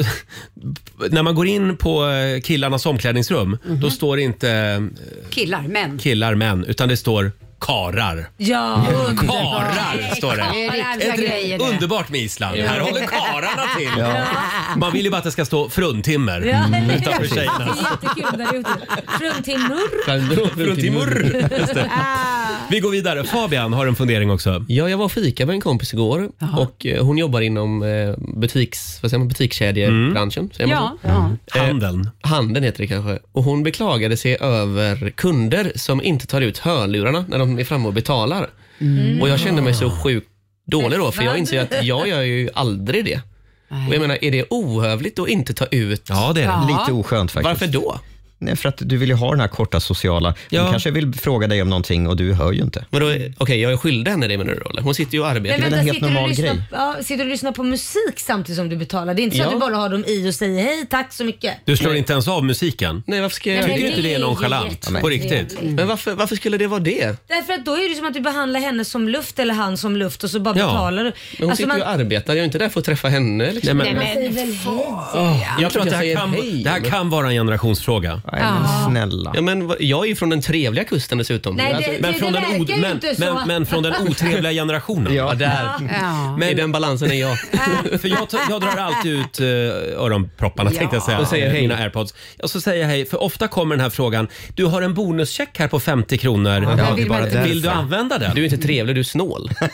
när man går in på eh, killarnas omklädningsrum, då står det inte eh, Killar, män. killar, män, utan det står karar. Ja, underbart. Karar står det. Det är riktiga Ett, grejer det. underbart med Island. Här håller kararna till. Man vill ju bara att det ska stå fruntimmer Ja. utanför Det tjejerna. är jättekul där ute. Fruntimmer. Fruntimmer. Just det. Vi går vidare. Fabian har en fundering också. Ja, jag var och fika med en kompis igår och eh, hon jobbar inom eh, butiks, vad säger man, butikskedjebranschen. Säger man Ja, så? ja. Handeln. Handeln heter det kanske. Och hon beklagade sig över kunder som inte tar ut hörlurarna när de är framme och betalar. Och jag kände mig så sjukt dålig då, för jag inser ju att jag gör ju aldrig det. Och jag menar, är det ohövligt att inte ta ut? Ja, det är det. Ja. Lite oskönt faktiskt. Varför då? Nej, för att du vill ju ha den här korta sociala. Ja. Hon kanske vill fråga dig om någonting och du hör ju inte. Men då, okej, jag är skyldig henne det, menar du då? Eller? Hon sitter ju och arbetar. Men en vänta, helt sitter du, och normal lyssnar, grej. ja, sitter du och lyssnar på musik samtidigt som du betalar? Det är inte så Ja. att du bara har dem i och säger hej, tack så mycket. Du slår inte ens av musiken. Nej, varför ska jag Nej, göra Tycker men du inte det är ju nonchalant? jättetrevligt. På riktigt? Men varför, varför skulle det vara det? Därför att då är det som att du behandlar henne som luft eller han som luft och så bara Ja. betalar du. Men hon Alltså, sitter ju och arbetar. Jag är inte där för att träffa henne. Liksom. Nej, men- man säger väl hej? Jag tror att det här, säger kan, hej, det här men- kan vara en generationsfråga. Nej, men snälla. Ja, men vad- jag är ju från den trevliga kusten dessutom. Nej, Alltså, det- Men det från, den, verkar o- ju men, inte så. men, men från den otrevliga generationen. ja, där. Ja. Men, I den balansen är jag. För jag, tar- jag drar alltid ut uh, öronpropparna tänkte jag säga. Och säger hej. Mina airpods. Och så säger jag hej, för ofta kommer den här frågan. Du har en bonuscheck här på femtio kronor. Ja, det är vill bara man- därför. Vill du använda den? Du är inte trevlig, du är snål. Ja,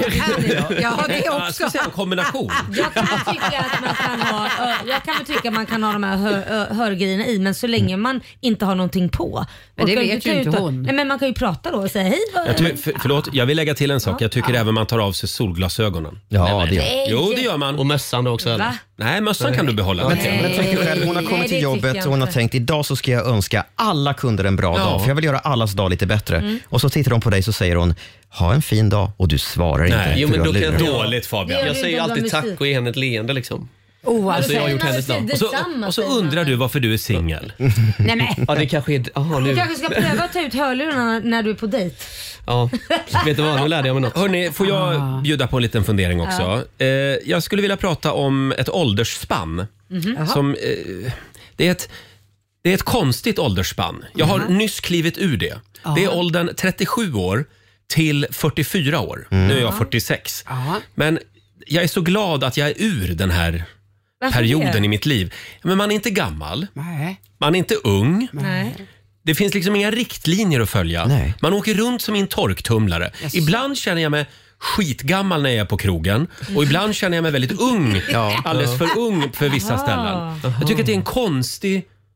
ja, det Ja, jag också. ska säga en kombination. Jag kan väl tycka att man kan ha, ö, jag kan väl tycka att man kan ha de här hör, ö, hörgrejerna i, men så länge man inte har någonting på. Men det Och vet du ju kan inte ta- hon. Nej, men man kan ju prata då och säga hej. vad- Jag ty- för, förlåt, jag vill lägga till en sak. Jag tycker även man tar av sig solglasögonen. Ja, det gör Nej. Jo, det gör man. Och mössan då också. eller? Va? Nej, mössan kan du behålla. Men, men tänk dig själv, hon har Nej, kommit det till tycker jobbet jag och hon har inte. tänkt idag så ska jag önska alla kunder en bra Ja. dag, för jag vill göra allas dag lite bättre. Och så tittar de på dig så säger hon, ha en fin dag, och du svarar inte. Nej, jo, för men du har då kan lurat. jag- Dåligt Fabian. Det Jag säger ju det är alltid bra tack musik. och ger henne ett leende liksom. Oh, Alltså, jag har gjort Nej, hennes dag. Och så, detsamma, och så säger undrar man. du varför du är singel. nej, men. Ja, det kanske är... Aha, Du nu. kanske ska pröva att ta ut hörlurarna när du är på dejt. Ja. Vet du vad, nu lärde jag mig något. Hörrni, får jag Ah. bjuda på en liten fundering också? Eh, jag skulle vilja prata om ett åldersspann. Mhm. Som, eh, Det är ett, det är ett konstigt åldersspann. Jag har Mm. nyss klivit ur det. Ja. Det är åldern trettiosju år till fyrtiofyra år. Mm. Nu är jag fyrtiosex. Ja. Men jag är så glad att jag är ur den här Varför perioden det? i mitt liv. Men man är inte gammal. Nej. Man är inte ung. Nej. Det finns liksom inga riktlinjer att följa. Nej. Man åker runt som i en torktumlare. Yes. Ibland känner jag mig skitgammal när jag är på krogen och ibland känner jag mig väldigt ung. Ja. Alldeles för ung för vissa Aha. ställen. Jag tycker att det är en konstig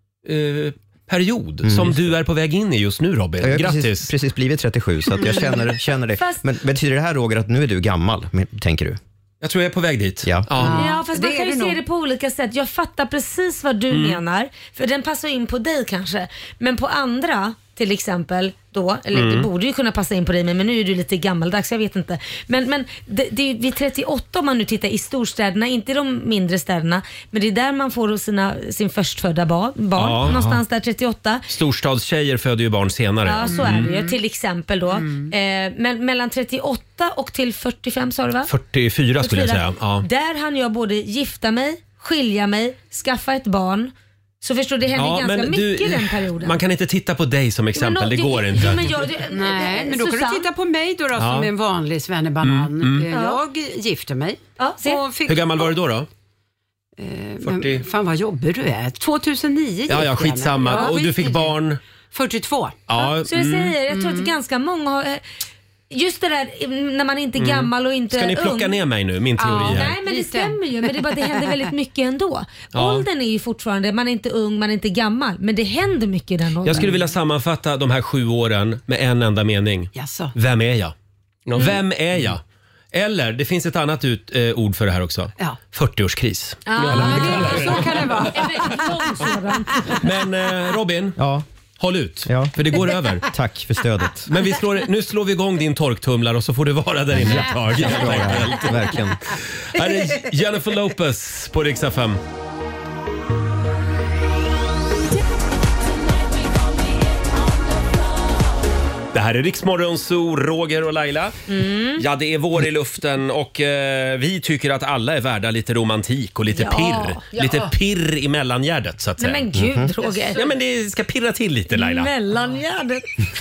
eh, period som du är på väg in i just nu, Robin. Jag har Grattis! precis, precis blivit trettiosju så att jag känner, känner det. Fast- Men betyder det här, Roger, att nu är du gammal, men- tänker du? Jag tror jag är på väg dit. Ja. Ja, fast det man kan är ju det se nog. det på olika sätt. Jag fattar precis vad du Mm. menar, för den passar in på dig kanske. Men på andra, till exempel då, eller Mm. det borde ju kunna passa in på dig, men, men nu är du lite gammaldags, jag vet inte. Men, men det, det är vid trettioåtta, om man nu tittar i storstäderna, inte i de mindre städerna, men det är där man får sina, sin förstfödda barn, barn Ja. någonstans där trettioåtta. Storstadstjejer föder ju barn senare. Ja, så är det ju till exempel då. Eh, men mellan trettioåtta och till fyrtiofem sa du va? fyrtiofyra skulle jag säga. Ja. Där hann jag både gifta mig, skilja mig, skaffa ett barn. Så förstår du, det händer ganska mycket i den perioden. Man kan inte titta på dig som exempel, Men det nå- går jo, inte. men jag, det, Nej, men då kan du Susanne. titta på mig då, då Ja. som är en vanlig svennebanan. Mm, mm. Eh, Jag gifte mig. Ja, se. Och fick, Hur gammal var du då? då? Eh, fyrtio. Men fan vad jobbig du är. tjugohundraonio Ja, gifte ja, jag mig. skitsamma. Ja, Och du skit fick i det. barn? fyrtiotvå. Ja, Så jag mm. säger, jag tror att ganska många har... eh, Just det där eh, när man inte är gammal och inte Ska ni plocka ung. ner mig nu, min teori här? Nej men det Lite. stämmer ju, men det, är bara, det händer väldigt mycket ändå. Ja. Åldern är ju fortfarande, man är inte ung, man är inte gammal, men det händer mycket i den åldern. Jag skulle vilja sammanfatta de här sju åren med en enda mening. Jaså? Vem är jag? Vem är jag? Eller, det finns ett annat ut, eh, ord för det här också. Ja. fyrtioårskris. Ja, Så kan det vara. en väldigt lång sådan. Men eh, Robin, Ja. håll ut. Ja. För det går över. Tack för stödet. Men vi slår, nu slår vi igång din torktumlare och så får du vara där inne ett tag. helt enkelt. Verkligen. Här är Jennifer Lopez på Rix F M. Det här är Riksmorgon Zoo, Roger och Laila. Mm. Ja, det är vår i luften och eh, vi tycker att alla är värda lite romantik och lite Ja, pirr. ja. Lite pirr i mellangärdet så att Nej säga. men gud Roger. Ja, men det ska pirra till lite, Laila. Mellangärdet.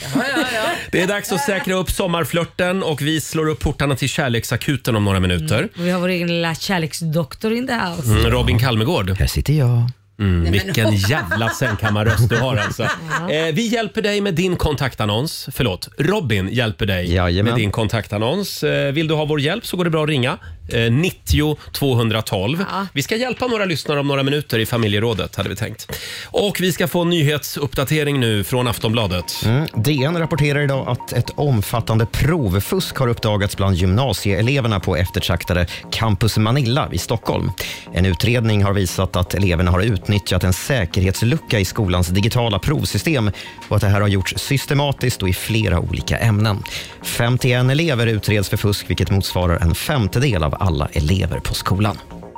Det är dags att säkra upp sommarflörten och vi slår upp portarna till kärleksakuten om några minuter. Och vi har vår egen lilla kärleksdoktor in the house. Mm, Robin Kalmegård. Här sitter jag. Mm, vilken jävla sängkammarröst du har alltså. Eh, vi hjälper dig med din kontaktannons. Förlåt, Robin hjälper dig Jajamän. med din kontaktannons. Eh, vill du ha vår hjälp så går det bra att ringa. Eh, nittio tvåhundratolv. Ja. Vi ska hjälpa några lyssnare om några minuter i familjerådet hade vi tänkt. Och vi ska få en nyhetsuppdatering nu från Aftonbladet. Mm. D N rapporterar idag att ett omfattande provfusk har uppdagats bland gymnasieeleverna på eftertraktade Campus Manilla i Stockholm. En utredning har visat att eleverna har utnyttjat en säkerhetslucka i skolans digitala provsystem och att det här har gjorts systematiskt och i flera olika ämnen. femtioen elever utreds för fusk, vilket motsvarar en femtedel av alla elever på skolan.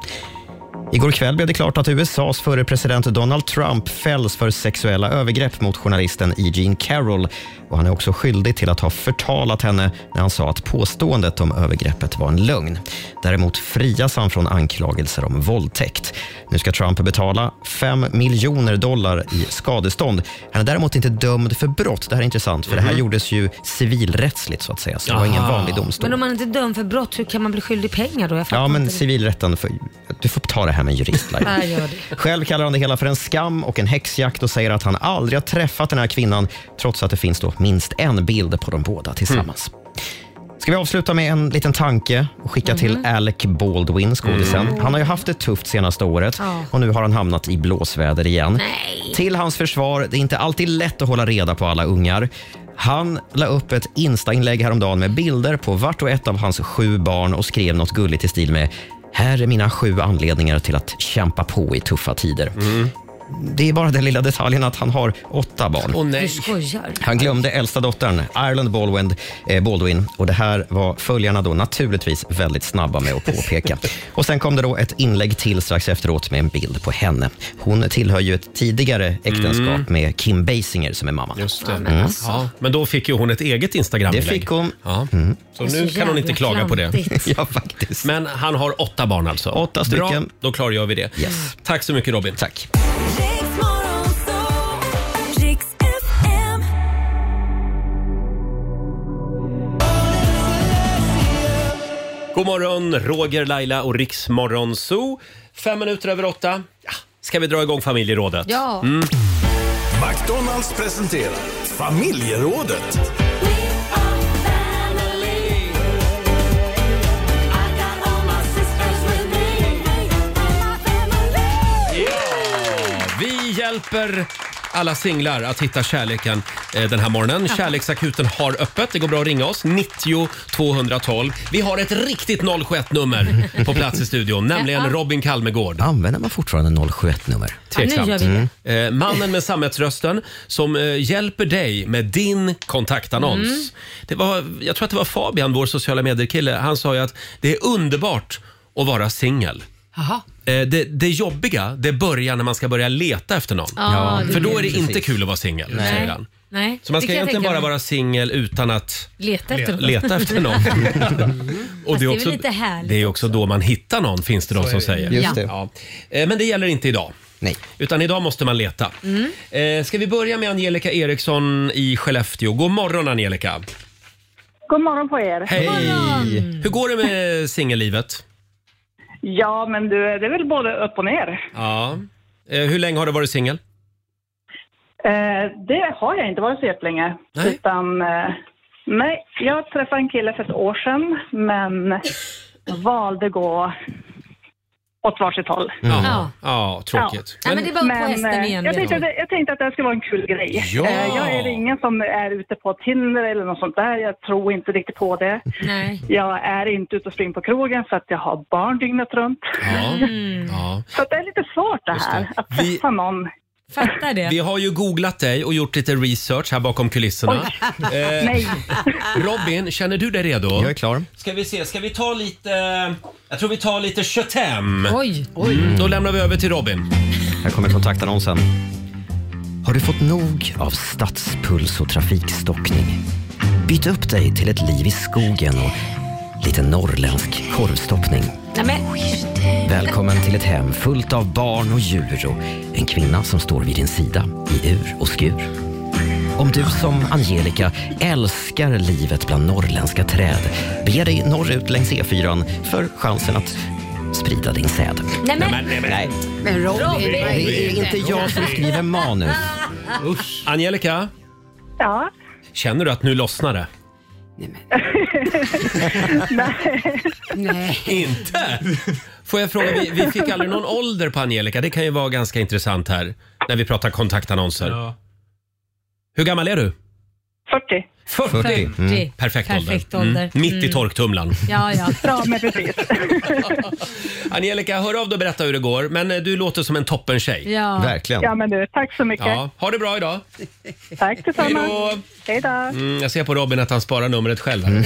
Igår kväll blev det klart att U S A:s förre president Donald Trump fälls för sexuella övergrepp mot journalisten E. Jean Carroll och han är också skyldig till att ha förtalat henne när han sa att påståendet om övergreppet var en lögn. Däremot frias han från anklagelser om våldtäkt. Nu ska Trump betala fem miljoner dollar i skadestånd. Han är däremot inte dömd för brott. Det här är intressant för det här gjordes ju civilrättsligt så att säga. Så det var ingen Aha. vanlig domstol. Men om man inte är dömd för brott, hur kan man bli skyldig pengar då? Jag fattar Ja, men inte det. civilrätten, för, du får ta det här med en jurist. Laila. Ja, gör det. Själv kallar han det hela för en skam och en häxjakt och säger att han aldrig har träffat den här kvinnan trots att det finns då minst en bild på de båda tillsammans. Ska vi avsluta med en liten tanke och skicka till Alec Baldwin, skådisen. Han har ju haft det tufft senaste året Ja. och nu har han hamnat i blåsväder igen. Nej. Till hans försvar, det är inte alltid lätt att hålla reda på alla ungar. Han la upp ett Insta-inlägg häromdagen med bilder på vart och ett av hans sju barn och skrev något gulligt i stil med: här är mina sju anledningar till att kämpa på i tuffa tider. Det är bara den lilla detaljen att han har åtta barn. Åh Du nej. skojar. Han glömde äldsta dottern, Ireland Baldwin, eh, Baldwin, och det här var följarna då naturligtvis väldigt snabba med att påpeka. Och sen kom det då ett inlägg till strax efteråt med en bild på henne. Hon tillhör ju ett tidigare äktenskap med Kim Basinger som är mamman. Just det. Ja, men alltså. Ja, men då fick ju hon ett eget Instagram-inlägg. Det fick hon. Ja. Så Det är nu så kan hon inte jävla klaga på det. klantigt. Ja, faktiskt. Men han har åtta barn alltså. Åtta stycken. Bra, då klargör vi det. Yes. Tack så mycket Robin. Tack. Riks God morgon, Roger, Laila och Riksmorgon Zoo. Fem minuter över åtta. Ja, ska vi dra igång familjerådet? Ja. Mm. McDonalds presenterar familjerådet. Vi hjälper alla singlar att hitta kärleken eh, den här morgonen. Kärleksakuten har öppet. Det går bra att ringa oss. nittio tvåhundratolv. Vi har ett riktigt noll sju ett-nummer på plats i studion, nämligen Robin Kalmegård. Använder man fortfarande noll sju ett-nummer? Tveksamt. Ja, nu gör vi Mm. Eh, mannen med sammetsrösten som eh, hjälper dig med din kontaktannons. Mm. Det var, jag tror att det var Fabian, vår sociala medier-kille. Han sa ju att det är underbart att vara singel. Jaha. Eh, det, det jobbiga, det börjar när man ska börja leta efter någon. Ja, det För då blir är det precis. inte kul att vara singel, Nej. säger han. Nej. Så man det ska kan jag egentligen tänka bara mig. vara singel utan att Leta efter någon. leta efter någon. Och det är väl också, lite härligt det är också då man hittar någon, finns det de som säger. Just det. Ja. Eh, Men det gäller inte idag. Nej. Utan idag måste man leta. Mm. Eh, ska vi börja med Angelica Eriksson i Skellefteå. God morgon, Angelica. God morgon på er. Hej! Hur går det med singellivet? Ja, men du, det är väl både upp och ner. Ja. Eh, hur länge har du varit singel? Eh, det har jag inte varit så jättelänge. Nej. Utan, eh, nej, jag träffade en kille för ett år sedan, men valde gå åt varsitt håll. Ja, Ja. ja tråkigt. Ja, men det är bara upp på Men hästen eh, igen. jag, det tänkte, då. att- jag tänkte att det skulle vara en kul grej. Ja. Eh, jag är ingen som är ute på Tinder eller något sånt där. Jag tror inte riktigt på det. Nej. Jag är inte ute och springer på krogen för att jag har barn dygnet runt. Ja. Mm. Ja. Så att det är lite svårt det Just här, det. att Vi- träffa någon. Fattar det. Vi har ju googlat dig och gjort lite research här bakom kulisserna. Eh, Nej. Robin, känner du dig redo? Jag är klar. Ska vi se, ska vi ta lite... Jag tror vi tar lite köttem. Oj. Mm, då lämnar vi över till Robin. Här kommer kontaktannonsen. Har du fått nog av stadspuls och trafikstockning? Byt upp dig till ett liv i skogen och lite norrländsk korvstoppning. Nej, men. Välkommen till ett hem fullt av barn och djur och en kvinna som står vid din sida i ur och skur. Om du som Angelica älskar livet bland norrländska träd, bege dig norrut längs E fyran för chansen att sprida din säd. Nej, men. Nej, men, Nej, Men Robin, Robin. vad är det är inte jag som skriver manus. Usch. Angelica, Ja. känner du att nu lossnar det? Nej. Inte? Får jag fråga, vi, vi fick aldrig någon ålder på Angelica. Det kan ju vara ganska intressant här när vi pratar kontaktannonser. Ja. Hur gammal är du? fyrtio. fyrtio. fyrtio. Mm. Perfekt, Perfekt ålder. ålder. Mm. Mitt i Mm. torktumlaren. Ja, ja. Ja, men precis. Angelica, hör av dig och berätta hur det går. Men eh, du låter som en toppen tjej. Ja. Verkligen. Ja, men du, tack så mycket. Ja, ha det bra idag. Tack detsamma. Hej då. Hej då. Mm, jag ser på Robin att han sparar numret själv här.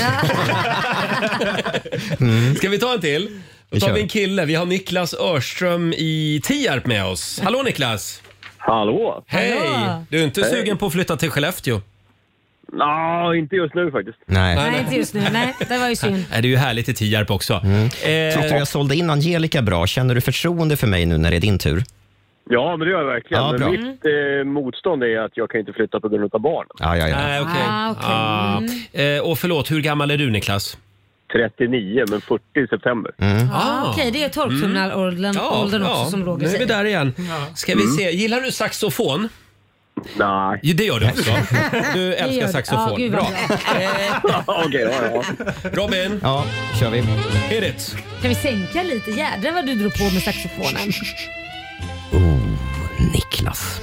Ska vi ta en till? Då Vi tar kör. vi en kille. Vi har Niklas Örström i Tierp med oss. Hallå Niklas! Hallå? Hej! Hallå. Du är inte Hej. sugen på att flytta till Skellefteå? Nej, inte just nu faktiskt. Nej. Nej, inte just nu. Nej, det var ju synd. Nej, det är ju härligt i Tierp också. Eh, Tyckte du jag sålde in Angelica bra? Känner du förtroende för mig nu när det är din tur? Ja, men det gör jag verkligen. Ja, bra. men mitt eh, motstånd är att jag kan inte flytta på grund av barnen. Ja, ja, ja. Nej, okej. Ah, okej. Ah. Mm. Eh, och förlåt, hur gammal är du Niklas? trettionio, men fyrtio i september. Ah, okej, det är torktumlaråldern åldern också som Roger nu är vi säger. där igen. Ska vi se, gillar du saxofon? Nej. Ja, det gör du också. Du Det älskar gör du. saxofon. Ja, gud vad Bra. bra. Okej, ja, ja. Robin, Ja, kör vi. hit it. Kan vi sänka lite? Jädrar vad du drog på med saxofonen. Oh, Niklas.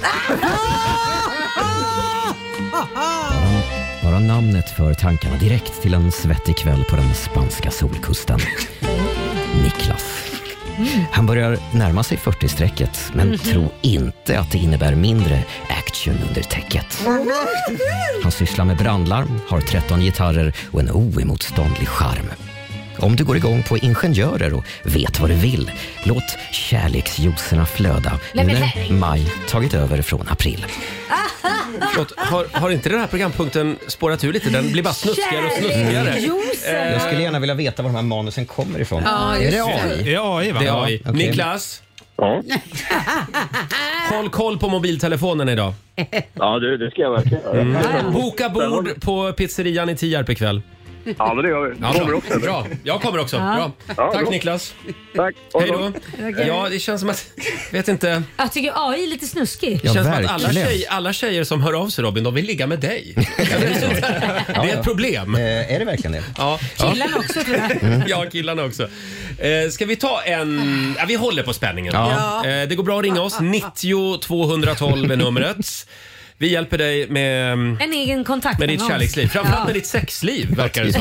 Bara, bara namnet för tankarna direkt till en svettig kväll på den spanska solkusten. Niklas. Han börjar närma sig fyrtio-strecket, men tro inte att det innebär mindre action under täcket. Han sysslar med brandlarm, har tretton gitarrer och en oemotståndlig charm. Om du går igång på ingenjörer och vet vad du vill, låt kärleksjuicerna flöda nu Nej, men när herregud. maj tagit över från april. Förlåt, har, har inte den här programpunkten spårat ur lite? Den blir bara snuskigare och snuskigare. Juicer. Jag skulle gärna vilja veta var de här manusen kommer ifrån. Ja, är just det det. A I? Det är A I va? Det är A I. okej. Niklas, Ja, håll koll på mobiltelefonen idag. ja det, det ska jag verkligen göra. Mm. Boka bord på pizzerian i Tierp ikväll. Ja, men det gör vi. Ja, Kommer bra. också, eller? Bra. Jag kommer också. Ja. Bra. Ja, Tack bra. Niklas. Tack. Hej då. Okej. Ja, det känns som att... Vet inte. Jag tycker A I är lite snuskig. Det Ja, känns som att alla, verkligen. tjej, alla tjejer som hör av sig, Robin, de vill ligga med dig. Det är ett problem. Eh, är det verkligen det? Ja. Killarna också tror jag. Ja, killarna också. Eh, ska vi ta en... Ja, vi håller på spänningen. Ja. Eh, det går bra att ringa oss. nittio tvåhundratolv är numret. Vi hjälper dig med, En egen kontakt med ditt annons. kärleksliv. Framförallt Ja. med ditt sexliv, verkar det som.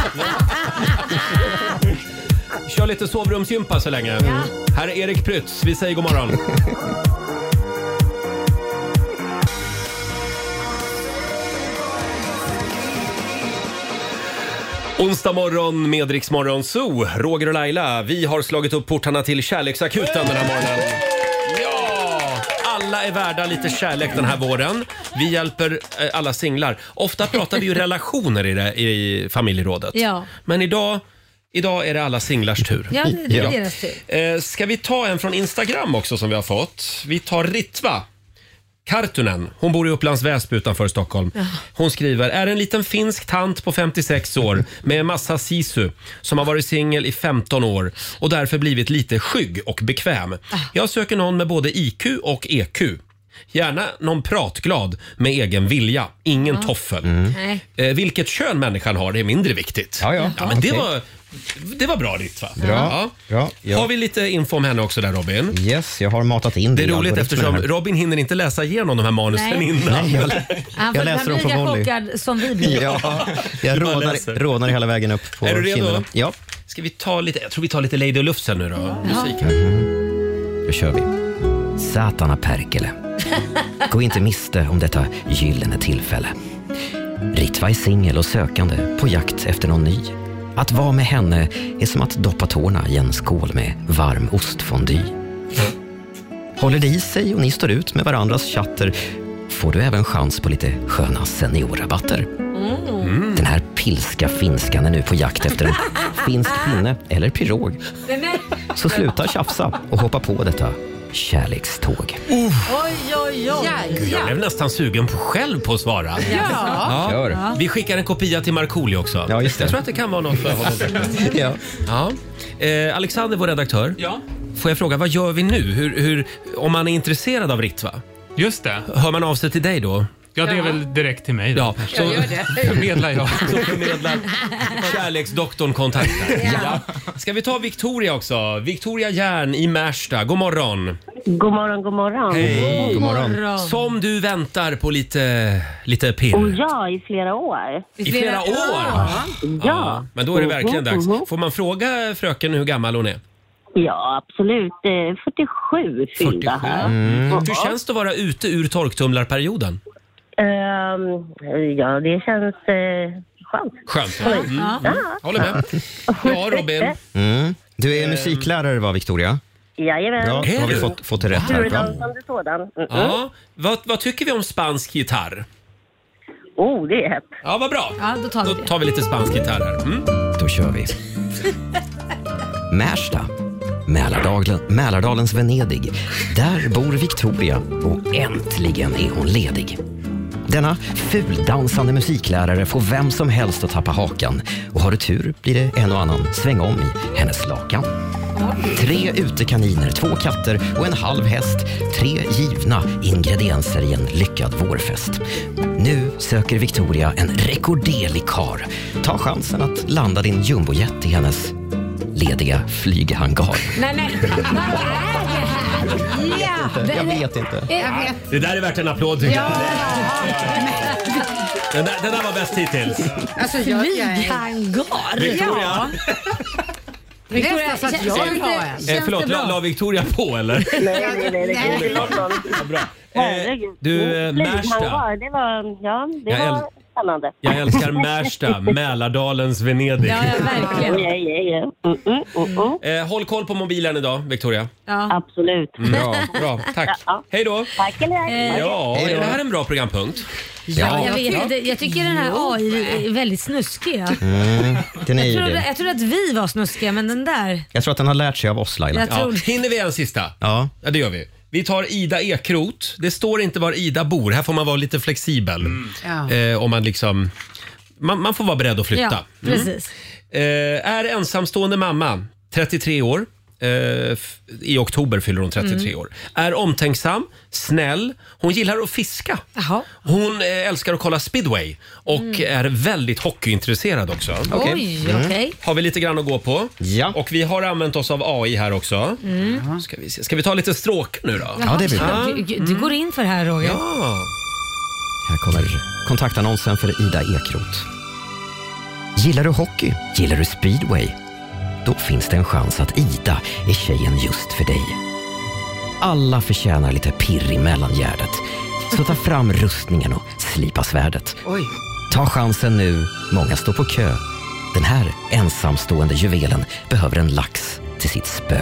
Kör lite sovrumsgympa så länge. Här är Erik Prytz. Vi säger god morgon. Onsdag morgon med Rix Morgon Zoo. Roger och Laila, vi har slagit upp portarna till kärleksakuten den här morgonen. Ja! Alla är värda lite kärlek den här våren. Vi hjälper eh, alla singlar. Ofta pratar vi ju relationer i, det, i familjerådet. Ja. Men idag, idag är det alla singlars tur. Ja, det, det är deras tur. Eh, ska vi ta en från Instagram också som vi har fått? Vi tar Ritva Kartunen. Hon bor i Upplands Väsby utanför Stockholm. Hon skriver, är en liten finsk tant på femtiosex år med massa sisu som har varit singel i femton år och därför blivit lite skygg och bekväm. Jag söker någon med både I Q och E Q. Gärna någon pratglad med egen vilja. Ingen Ja. toffel. Nej. Eh, vilket kön människan har, det är mindre viktigt. Ja, ja. ja men det Okej. var... Det var bra Ritva. Bra. Ja. Bra. Ja. Har vi lite info om henne också där Robin? Yes, jag har matat in Det är i roligt algoritmen eftersom här. Robin hinner inte läsa igenom de här manusen Nej. innan. Nej, jag, Han jag får läser dem bli på lika volley. chockad som vi blir. Ja, jag Du bara rånar, läser. rånar hela vägen upp på Är du redo? kinderna. Ja, Ska vi ta lite, jag tror vi tar lite Lady of Lufsen nu då. Musik här. då kör vi. Satana Perkele. Gå inte miste om detta gyllene tillfälle. Ritva är singel och sökande på jakt efter någon ny. Att vara med henne är som att doppa tårna i en skål med varm ostfondy. Håller det i sig och ni står ut med varandras chatter får du även chans på lite sköna seniorrabatter. Mm. Den här pilska finskan är nu på jakt efter en finsk pinne eller pirog. Så sluta tjafsa och hoppa på detta kärlekståg. Oj, oj, oj. Gud, jag blev nästan sugen på själv på att svara. Ja. Kör. Vi skickar en kopia till Markoolio också. Ja, just det. Jag tror att det kan vara något för honom. Ja. Ja. Eh, Alexander, vår redaktör. Ja, Får jag fråga, vad gör vi nu? Hur, hur, om man är intresserad av Ritva, just det. hör man av sig till dig då? Ja, det är väl direkt till mig då. Ja, så Förmedlar jag. så förmedlar kärleksdoktorn kontakten. Ja. Ska vi ta Victoria också? Victoria Järn i Märsta. God morgon. God morgon, god morgon. Hej. God morgon. Som du väntar på lite, lite pirr. Och ja, i flera år. I flera år? Ja. Men då är det verkligen dags. Mhm. Får man fråga fröken hur gammal hon är? Ja, absolut. Eh, fyrtiosju fyllda här. Mm. Ja. Hur känns det att vara ute ur torktumlarperioden? Ehm, ja, det känns eh, skönt. Skönt. Mm. Ja. Håller med. Ja, Robin. Mm. Du är musiklärare va, Victoria? Jajamän. Bra, då har vi fått, fått det rätt här. Bra. Turdansande sådan. Mm -mm. Ja. Vad, vad tycker vi om spansk gitarr? Oh, det är hett. Ja, vad bra. Ja, då tar vi Då det. tar vi lite spansk gitarr här. Mm. Då kör vi. Märsta, Mälardalen, Mälardalens Venedig. Där bor Victoria och äntligen är hon ledig. Denna fuldansande musiklärare får vem som helst att tappa hakan. Och har du tur blir det en och annan sväng om i hennes lakan. Tre utekaniner, två katter och en halv häst. Tre givna ingredienser i en lyckad vårfest. Nu söker Victoria en rekorderlig kar. Ta chansen att landa din jumbojet i hennes lediga flyghangar. Nej, nej. Vad är det här? Ja. Jag vet inte. Jag vet. Det där är värt en applåd tycker jag. Ja. Den där, den där var bäst hittills. Alltså, jag, jag, Flyghangar. Victoria. Ja. Victoria, nästan så att jag vill ha en. Eh, förlåt, la, la Victoria på eller? Nej, nej, nej. Det kan inte vara någon. Ja, bra. Herregud. Du, eh, Märsta. Flyghangar, det var, ja, det Jag var äl- spännande. Jag älskar Märsta, Mälardalens Venedig. Ja, ja, verkligen. Ja, ja, ja. Mm, mm, mm, mm. Eh, håll koll på mobilen idag, Victoria. Ja. Absolut. Mm. Bra, bra. Tack. Ja. Hej då. Tack eller tack. Ja, är det här en bra programpunkt? Ja, jag vet inte. Jag tycker den här A I är väldigt snuskig. Ja. Mm, den är Jag ju trodde, det. jag trodde att vi var snuskiga, men den där... Jag tror att den har lärt sig av oss, Laila. Jag Ja. tror... Hinner vi en sista? Ja. Ja, det gör vi. Vi tar Ida Ekrot. Det står inte var Ida bor. Här får man vara lite flexibel. Ja. Eh, om man liksom... man, man får vara beredd att flytta. Ja, precis. Mm. Eh, är ensamstående mamma, trettiotre år. Eh, I oktober fyller hon trettiotre Mm. år. Är omtänksam, snäll. Hon gillar att fiska. Jaha. Hon eh, älskar att kolla speedway och Mm. är väldigt hockeyintresserad också. Oj, Mm. okej. Har vi lite grann att gå på. Ja. Och vi har använt oss av A I här också. Mm. Ska vi, se. Ska vi ta lite stråk nu då? Jaha, du, du går in för det här, Roger. Ja. Här kommer kontaktannonsen för Ida Ekroth. Gillar du hockey? Gillar du speedway? Då finns det en chans att Ida är tjejen just för dig. Alla förtjänar lite pirr i mellangärdet. Så ta fram rustningen och slipa svärdet. Oj. Ta chansen nu, många står på kö. Den här ensamstående juvelen behöver en lax till sitt spö.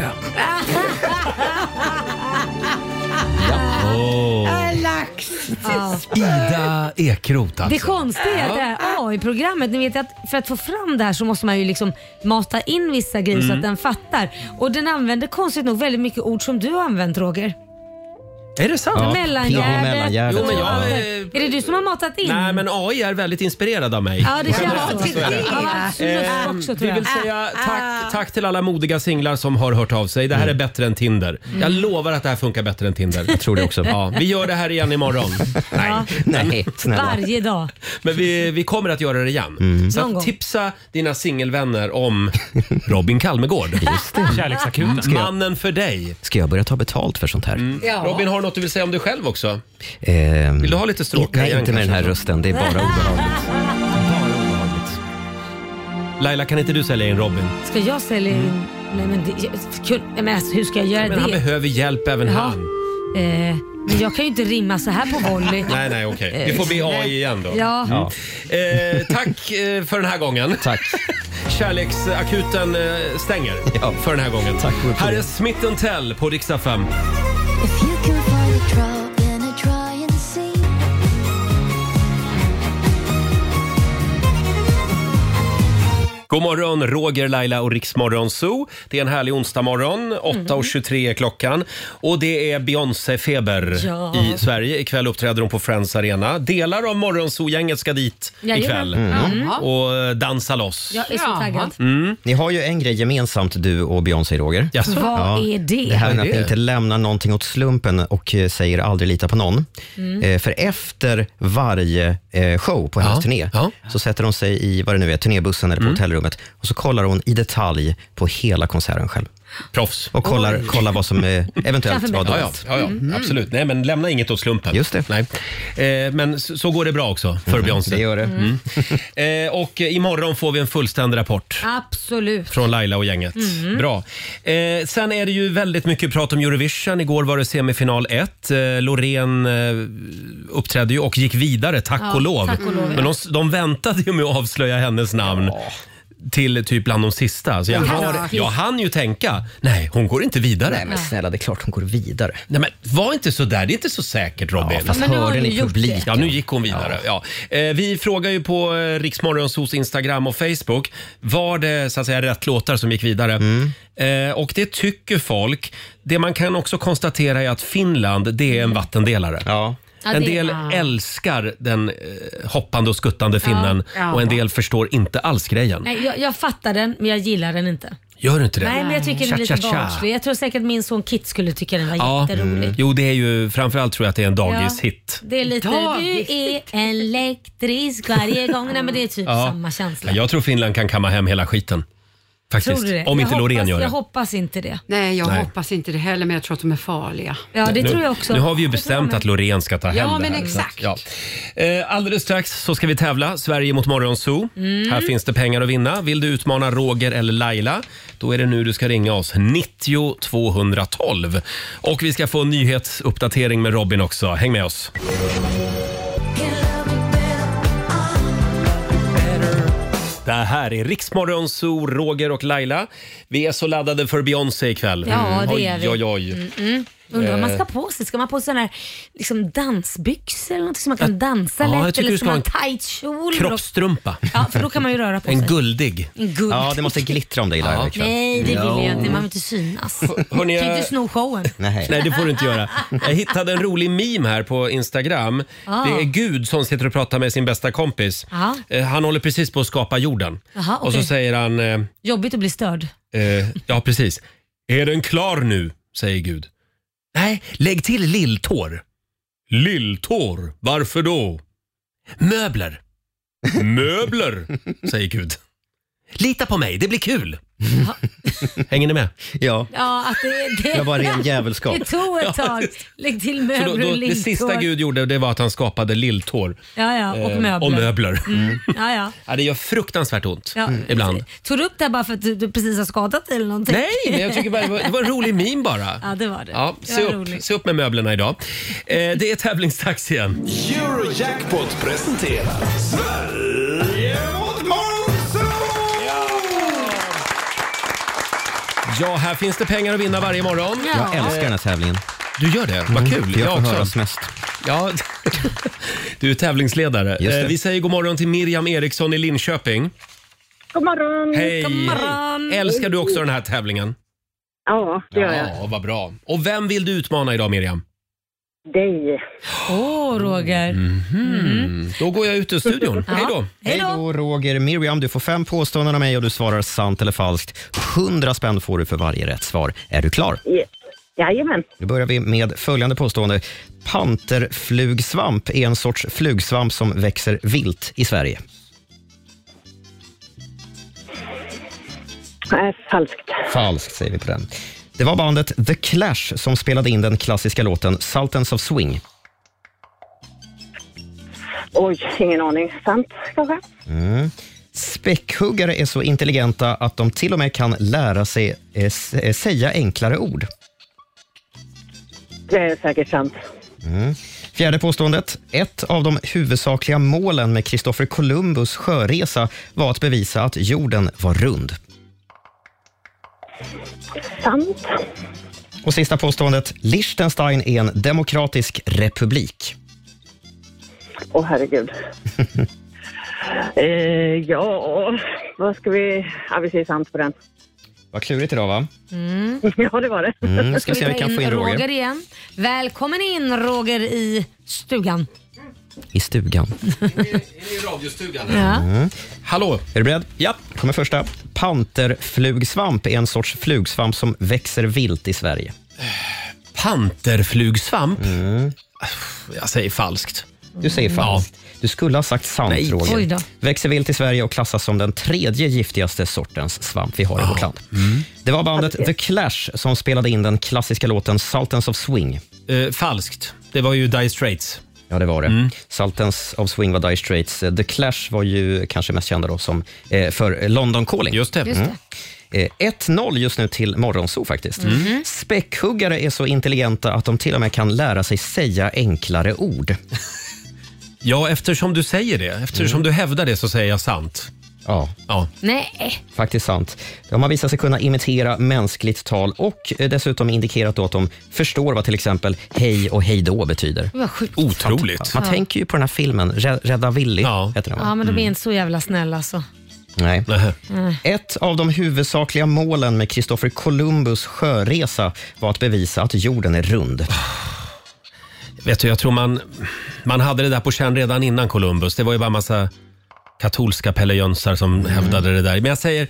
Oh. Lax! Ja. Ida Ekroth alltså. Det konstiga är att det här A I-programmet, ni vet att för att få fram det här så måste man ju liksom mata in vissa grejer så Mm. att den fattar. Och den använder konstigt nog väldigt mycket ord som du har använt, Roger. Är det sant? Ja, Mellangärdet. mellangärdet. Jo, men jag, och- eh, Är det du som har matat in? Nej, men A I är väldigt inspirerad av mig. Ja, det känns Ja, så. så är det. Ja, absolut Eh, också, vi tror jag. vill säga tack, tack till alla modiga singlar som har hört av sig. Det här är bättre än Tinder. Jag lovar att det här funkar bättre än Tinder. Jag tror det också. Ja, vi gör det här igen imorgon. Nej, Nej, snälla. Varje dag. men vi, vi kommer att göra det igen. Så Någon att gång. tipsa dina singelvänner om Robin Kalmegård. Just det. Kärleksakuten. Ska jag, Mannen för dig. ska jag börja ta betalt för sånt här? Ja. Robin, har du något du vill säga om dig själv också? Ehm, Vill du ha lite stråk? Nej, igen, inte med den här kanske? rösten. Det är bara obehagligt. Bara obehagligt. Laila, kan inte du sälja in Robin? Ska jag sälja in? Nej, men, det, jag, kul- nej, men alltså, hur ska jag göra Men det? han behöver hjälp även Jaha. han. Eh, men jag kan ju inte rimma så här på volley. Nej, nej, okej. Vi får be A I igen då. Ja. Ja. Eh, tack eh, för den här gången. Tack. Kärleksakuten eh, stänger Ja. för den här gången. Tack. Här är Smith and Tell på Rix F M. If you can find a drop in a drying sea. God morgon, Roger, Laila och Riksmorgon Zoo. Det är en härlig onsdagmorgon. åtta och tjugotre är klockan. Och det är Beyoncé-feber Ja. i Sverige. Ikväll uppträder hon på Friends Arena. Delar av Morgonzoo-gänget ska dit Jajamän. ikväll. Mm. Och dansa loss. Jag är så taggad. Mm. Ni har ju en grej gemensamt, du och Beyoncé, Roger. Jaså? Vad är det? Det här Vad är med att det? ni inte lämnar någonting åt slumpen och eh, säger aldrig lita på någon. Mm. Eh, för efter varje eh, show på hennes Ja, turné ja. så sätter hon sig i vad det nu är, turnébussen eller på hotellrummet och så kollar hon i detalj på hela konserten själv. Proffs. Och kollar, Oj. kollar vad som eh, eventuellt Kanske var bättre. Ja, dåligt. ja, ja, ja absolut. Nej, men lämna inget åt slumpen. Just det. Nej. Eh, men så, så går det bra också för Beyoncé. Det gör det. Mm. Eh, och imorgon får vi en fullständig rapport Absolut. från Laila och gänget. Bra. Eh, sen är det ju väldigt mycket prat om Eurovision. Igår var det semifinal ett. Eh, Loreen eh, uppträdde ju och gick vidare, tack Ja, och lov. tack och lov, Men de, de väntade ju med att avslöja hennes namn. Till typ bland de sista. Så jag, Ja. har, jag hann ju tänka, nej hon går inte vidare. Nej men snälla, det är klart hon går vidare. Nej, men var inte så där. Det är inte så säkert, Robin. Ja, fast men nu har hörde du ni gjort publiken? Ja, nu gick hon vidare. Ja. Eh, vi frågar ju på eh, Riksmorgonsos Instagram och Facebook. Var det så att säga rätt låtar som gick vidare? Eh, och det tycker folk. Det man kan också konstatera är att Finland, det är en vattendelare. Ja. Ja, En det- del ja. älskar den eh, hoppande och skuttande finnen Ja. och en del förstår inte alls grejen. Nej, jag, jag fattar den, men jag gillar den inte. Gör du inte det? Nej, men jag tycker den är lite Cha-cha-cha. barnslig. Jag tror säkert min son Kit skulle tycka den var Ja. jätterolig. Jo, det är ju framförallt tror jag att det är en dagishit. Det är lite, Dagis. du är elektrisk varje gång. Nej, men det är typ Ja. samma känsla. Ja, jag tror Finland kan kamma hem hela skiten. Faktiskt. Tror du det? Om Jag inte Loreen hoppas, gör det. Jag hoppas inte det. Nej, jag Nej. hoppas inte det heller, men jag tror att de är farliga. Ja, det nu, tror jag också. Nu har vi ju Det tror jag bestämt med. att Loreen ska ta hem Ja, det men här. exakt. Så att, ja. eh, alldeles strax så ska vi tävla. Sverige mot Morgonzoo. Mm. Här finns det pengar att vinna. Vill du utmana Roger eller Laila? Då är det nu du ska ringa oss. nittio tvåhundratolv. Och vi ska få en nyhetsuppdatering med Robin också. Häng med oss. Det här är Riksmorgonzoo, Roger och Laila. Vi är så laddade för Beyoncé ikväll. Ja, det oj, är vi. Oj, oj, Mm-mm. Undrar vad man Eh, ska på sig. Ska man på sig sådana här liksom dansbyxor eller något som man kan dansa ja, jag lätt? tycker Eller du ska ska man ha ha en tight kjol? Kroppstrumpa. Ja, för då kan man ju röra på En sig. guldig. En guld. Ja, det måste glittra om dig Laila Ja. ikväll. Nej, det vill Ja. jag inte. Man vill inte synas. hörni, kan jag- inte sno showen. Nej. Nej, det får du inte göra. Jag hittade en rolig meme här på Instagram. Ah. Det är Gud som sitter och pratar med sin bästa kompis. Aha. Eh, Han håller precis på att skapa jorden. Aha, Och så okej. säger han, eh, Jobbigt att bli störd. eh, ja precis. Är den klar nu? Säger Gud. Nej, lägg till lilltår. Lilltår? Varför då? Möbler. Möbler, säger Gud. Lita på mig, det blir kul. Hänger ni med? Ja. Ja, att det, det, Det var ren djävulskap. Det tog ett tag. Lägg till Så möbler då, och då, det lilltår. sista Gud gjorde, det var att han skapade lilltår. Ja, ja, och Eh, möbler. Och möbler. Mm. Ja, ja. Ja, det gör fruktansvärt ont Ja. ibland. Tog du upp det här bara för att du, du precis har skadat dig eller någonting? Nej, men jag tycker bara det var, det var en rolig meme bara. Ja, det var det. Ja, det se, var upp, roligt. se upp med möblerna idag. Eh, det är tävlingsdags igen. Eurojackpot presenterar Sverige mot Monzo! Ja, här finns det pengar att vinna varje morgon. Jag älskar den här tävlingen. Du gör det? Vad kul. Mm, jag Jag får också. höras mest. Ja, du är tävlingsledare. Just det. Eh, Vi säger god morgon till Miriam Eriksson i Linköping. God morgon. Hej! God morgon. Älskar du också den här tävlingen? Ja, det gör jag. Ja, vad bra. Och vem vill du utmana idag, Miriam? Dig. Åh, Roger. Mm. Då går jag ut ur studion. Ja. Hej då! Hej Hej då. då Roger. Miriam, du får fem påståenden av mig och du svarar sant eller falskt. hundra spänn får du för varje rätt svar. Är du klar? Yes. Jajamän. Nu börjar vi med följande påstående. Panterflugsvamp är en sorts flugsvamp som växer vilt i Sverige. Äh, falskt. Falskt säger vi på den. Det var bandet The Clash som spelade in den klassiska låten Sultans of Swing. Oj, ingen aning. Sant, kanske? Mm. Späckhuggare är så intelligenta att de till och med kan lära sig eh, s- eh, säga enklare ord. Det är säkert sant. Mm. Fjärde påståendet. Ett av de huvudsakliga målen med Christopher Columbus sjöresa var att bevisa att jorden var rund. Sant. Och sista påståendet. Liechtenstein är en demokratisk republik. Åh, herregud. eh, ja, vad ska vi... Ja, vi säger sant på den. Vad klurigt idag, va? Mm. Ja, det var det. Mm, ska Ska se om vi vi ta kan få in Roger. Roger igen. Välkommen in Roger i stugan. I stugan. I radiostugan. Ja. Mm. Hallå? Är du beredd? Ja. Kommer första. Panterflugsvamp är en sorts flugsvamp som växer vilt i Sverige. Panterflugsvamp? Mm. Jag säger falskt. Du säger falskt. Du skulle ha sagt sant, Nej. Roger. Oj då. Växer vilt i Sverige och klassas som den tredje giftigaste sortens svamp vi har i vårt land. Det var bandet The Clash som spelade in den klassiska låten Sultans of Swing. Eh, falskt. Det var ju Dire Straits. Ja, det var det. Mm. Sultans of Swing var Dire Straits. The Clash var ju kanske mest kända då som, eh, för London Calling. Just det. Just det. Eh, ett noll just nu till Morgonzoo faktiskt. Mm. Späckhuggare är så intelligenta att de till och med kan lära sig säga enklare ord. Ja, eftersom du säger det, eftersom du hävdar det så säger jag sant. Ja, Ja. Nej. faktiskt sant. De har visat sig kunna imitera mänskligt tal och eh, dessutom indikerat då att de förstår vad till exempel hej och hej då betyder. Det var sjukt. Otroligt. Man tänker ju på den här filmen, Rä- Rädda Willy, Ja. heter den, va? Ja, men de är inte så jävla snälla alltså. Nej. Nähä. Ett av de huvudsakliga målen med Christopher Columbus sjöresa var att bevisa att jorden är rund. Vet du, jag tror man, man hade det där på känn redan innan Columbus. Det var ju bara en massa katolska pellejönsar som Mm. hävdade det där. Men jag säger,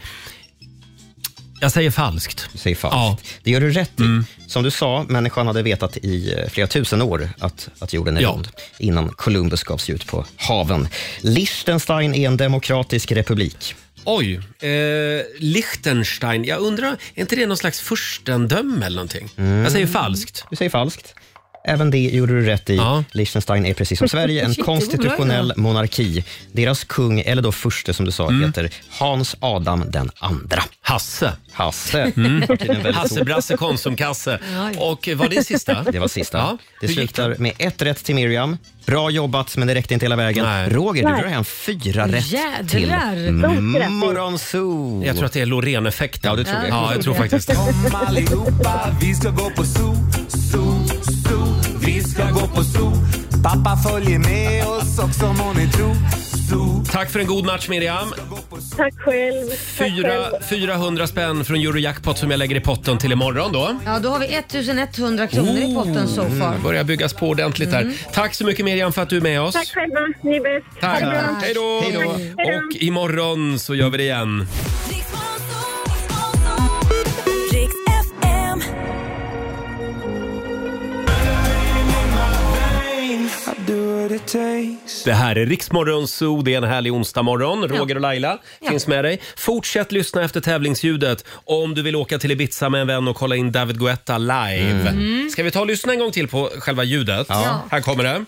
jag säger falskt. Du säger falskt. Ja. Det gör du rätt i. Som du sa, människan hade vetat i eh, flera tusen år att, att jorden är Ja. rund innan Columbus gav sig ut på haven. Liechtenstein är en demokratisk republik. Oj, eh, Liechtenstein. Jag undrar, är inte det någon slags furstendöme eller någonting? Jag säger falskt. Du säger falskt. Även det gjorde du rätt i. Ja. Liechtenstein är precis som Sverige en Shit, det går bra konstitutionell idag. monarki. Deras kung, eller då furste som du sa, heter Hans Adam den andra. Hasse. Hasse. Mm. väldigt Hasse Brasse Konsumkasse. Oj. Och var det sista? Det var sista. Ja. Det Hur gick slutar med ett rätt till Miriam, Bra jobbat, men det räckte inte hela vägen. Nej. Roger, du Nej. drar hem fyra rätt Jädrar. till Morgonzoo. Jag tror att det är Loreen-effekten. Ja, det tror jag. Ja, jag tror faktiskt. Kom allihopa, vi ska gå på zoo, zoo, zoo. Vi ska gå på zoo. Pappa följer med oss också må ni tro. Zoo. Tack för en god match, Miriam. Tack själv. Tack Fyra, själv. fyrahundra spänn från Eurojackpot som jag lägger i potten till imorgon då. Ja, då har vi ettusenetthundra kronor i potten so far. Mm, börjar byggas på ordentligt här. Mm. Tack så mycket, Miriam, för att du är med oss. Tack själva, ni är bäst. Tack. Ha det bra. Hej då. Hej då. Och imorgon så gör vi det igen. Riks F M. Det här är Riksmorgon Zoo. Det är en härlig onsdag morgon. Roger och Laila Ja. finns med dig. Fortsätt lyssna efter tävlingsljudet om du vill åka till Ibiza med en vän och kolla in David Guetta live. Mm. Ska vi ta och lyssna en gång till på själva ljudet? Ja. Här kommer det.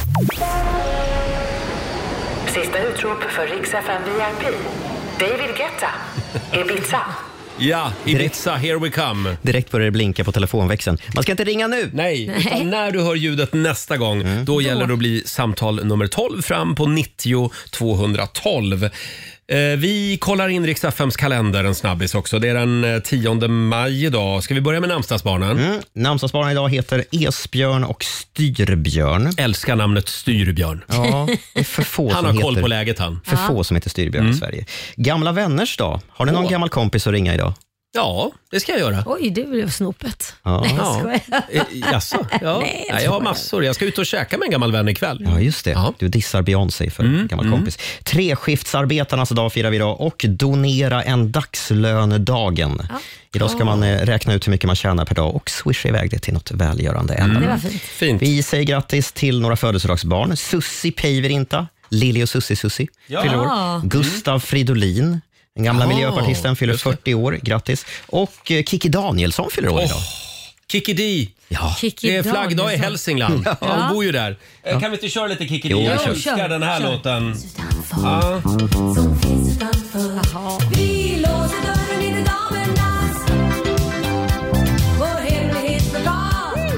Sista utrop för Riks F M V I P. David Guetta. Ibiza. Ja, Ibiza, here we come. Direkt börjar det blinka på telefonväxeln. Man ska inte ringa nu. Nej, utan när du hör ljudet nästa gång, Mm. då gäller det att bli samtal nummer tolv fram på nittio tvåhundratolv. Eh, vi kollar in Riks F M:s kalender en snabbis också. Det är den eh, tionde maj idag. Ska vi börja med namnsdagsbarnen? Mm. Namnsdagsbarnen idag heter Esbjörn och Styrbjörn. Älskar namnet Styrbjörn. Ja, det är för få Han som har heter, koll på läget han. För Ja. få som heter Styrbjörn Mm. i Sverige. Gamla vänners dag. Har ni någon Åh. gammal kompis att ringa idag? Ja, det ska jag göra. Oj, det blev snopet. Ja. Nej, jag Ja. skojar. Eh, Jaså? Ja. Nej, jag Nej, jag har skojar. massor. Jag ska ut och käka med en gammal vän ikväll. Ja, just det. Ja. Du dissar Beyoncé för Mm, gammal mm. kompis. Treskiftsarbetarnas dag firar vi idag och donera en dagslönedagen. Ja. Idag ska man eh, räkna ut hur mycket man tjänar per dag och swisha iväg det till något välgörande ändamål. Det var fint. Fint. Vi säger grattis till några födelsedagsbarn. Sussi Päivärinta, Lili och Sussi Sussi Ja. fyller år. Ja. Gustav Fridolin, den gamla Ja, miljöpartisten, fyller just det. fyrtio år. Grattis. Och eh, Kikki Danielsson fyller år Åh, idag. Kikki D. Ja. Kikki Det är flaggdag i Danielsson. Hälsingland. Ja. Ja. Hon bor ju där. Eh, Kan vi inte köra lite Kikki D? Jo, Jag kör. älskar den här Kör. låten. Ja. Jaha. Vi låser dörren in till damernas. Vår hemlighetsförvar.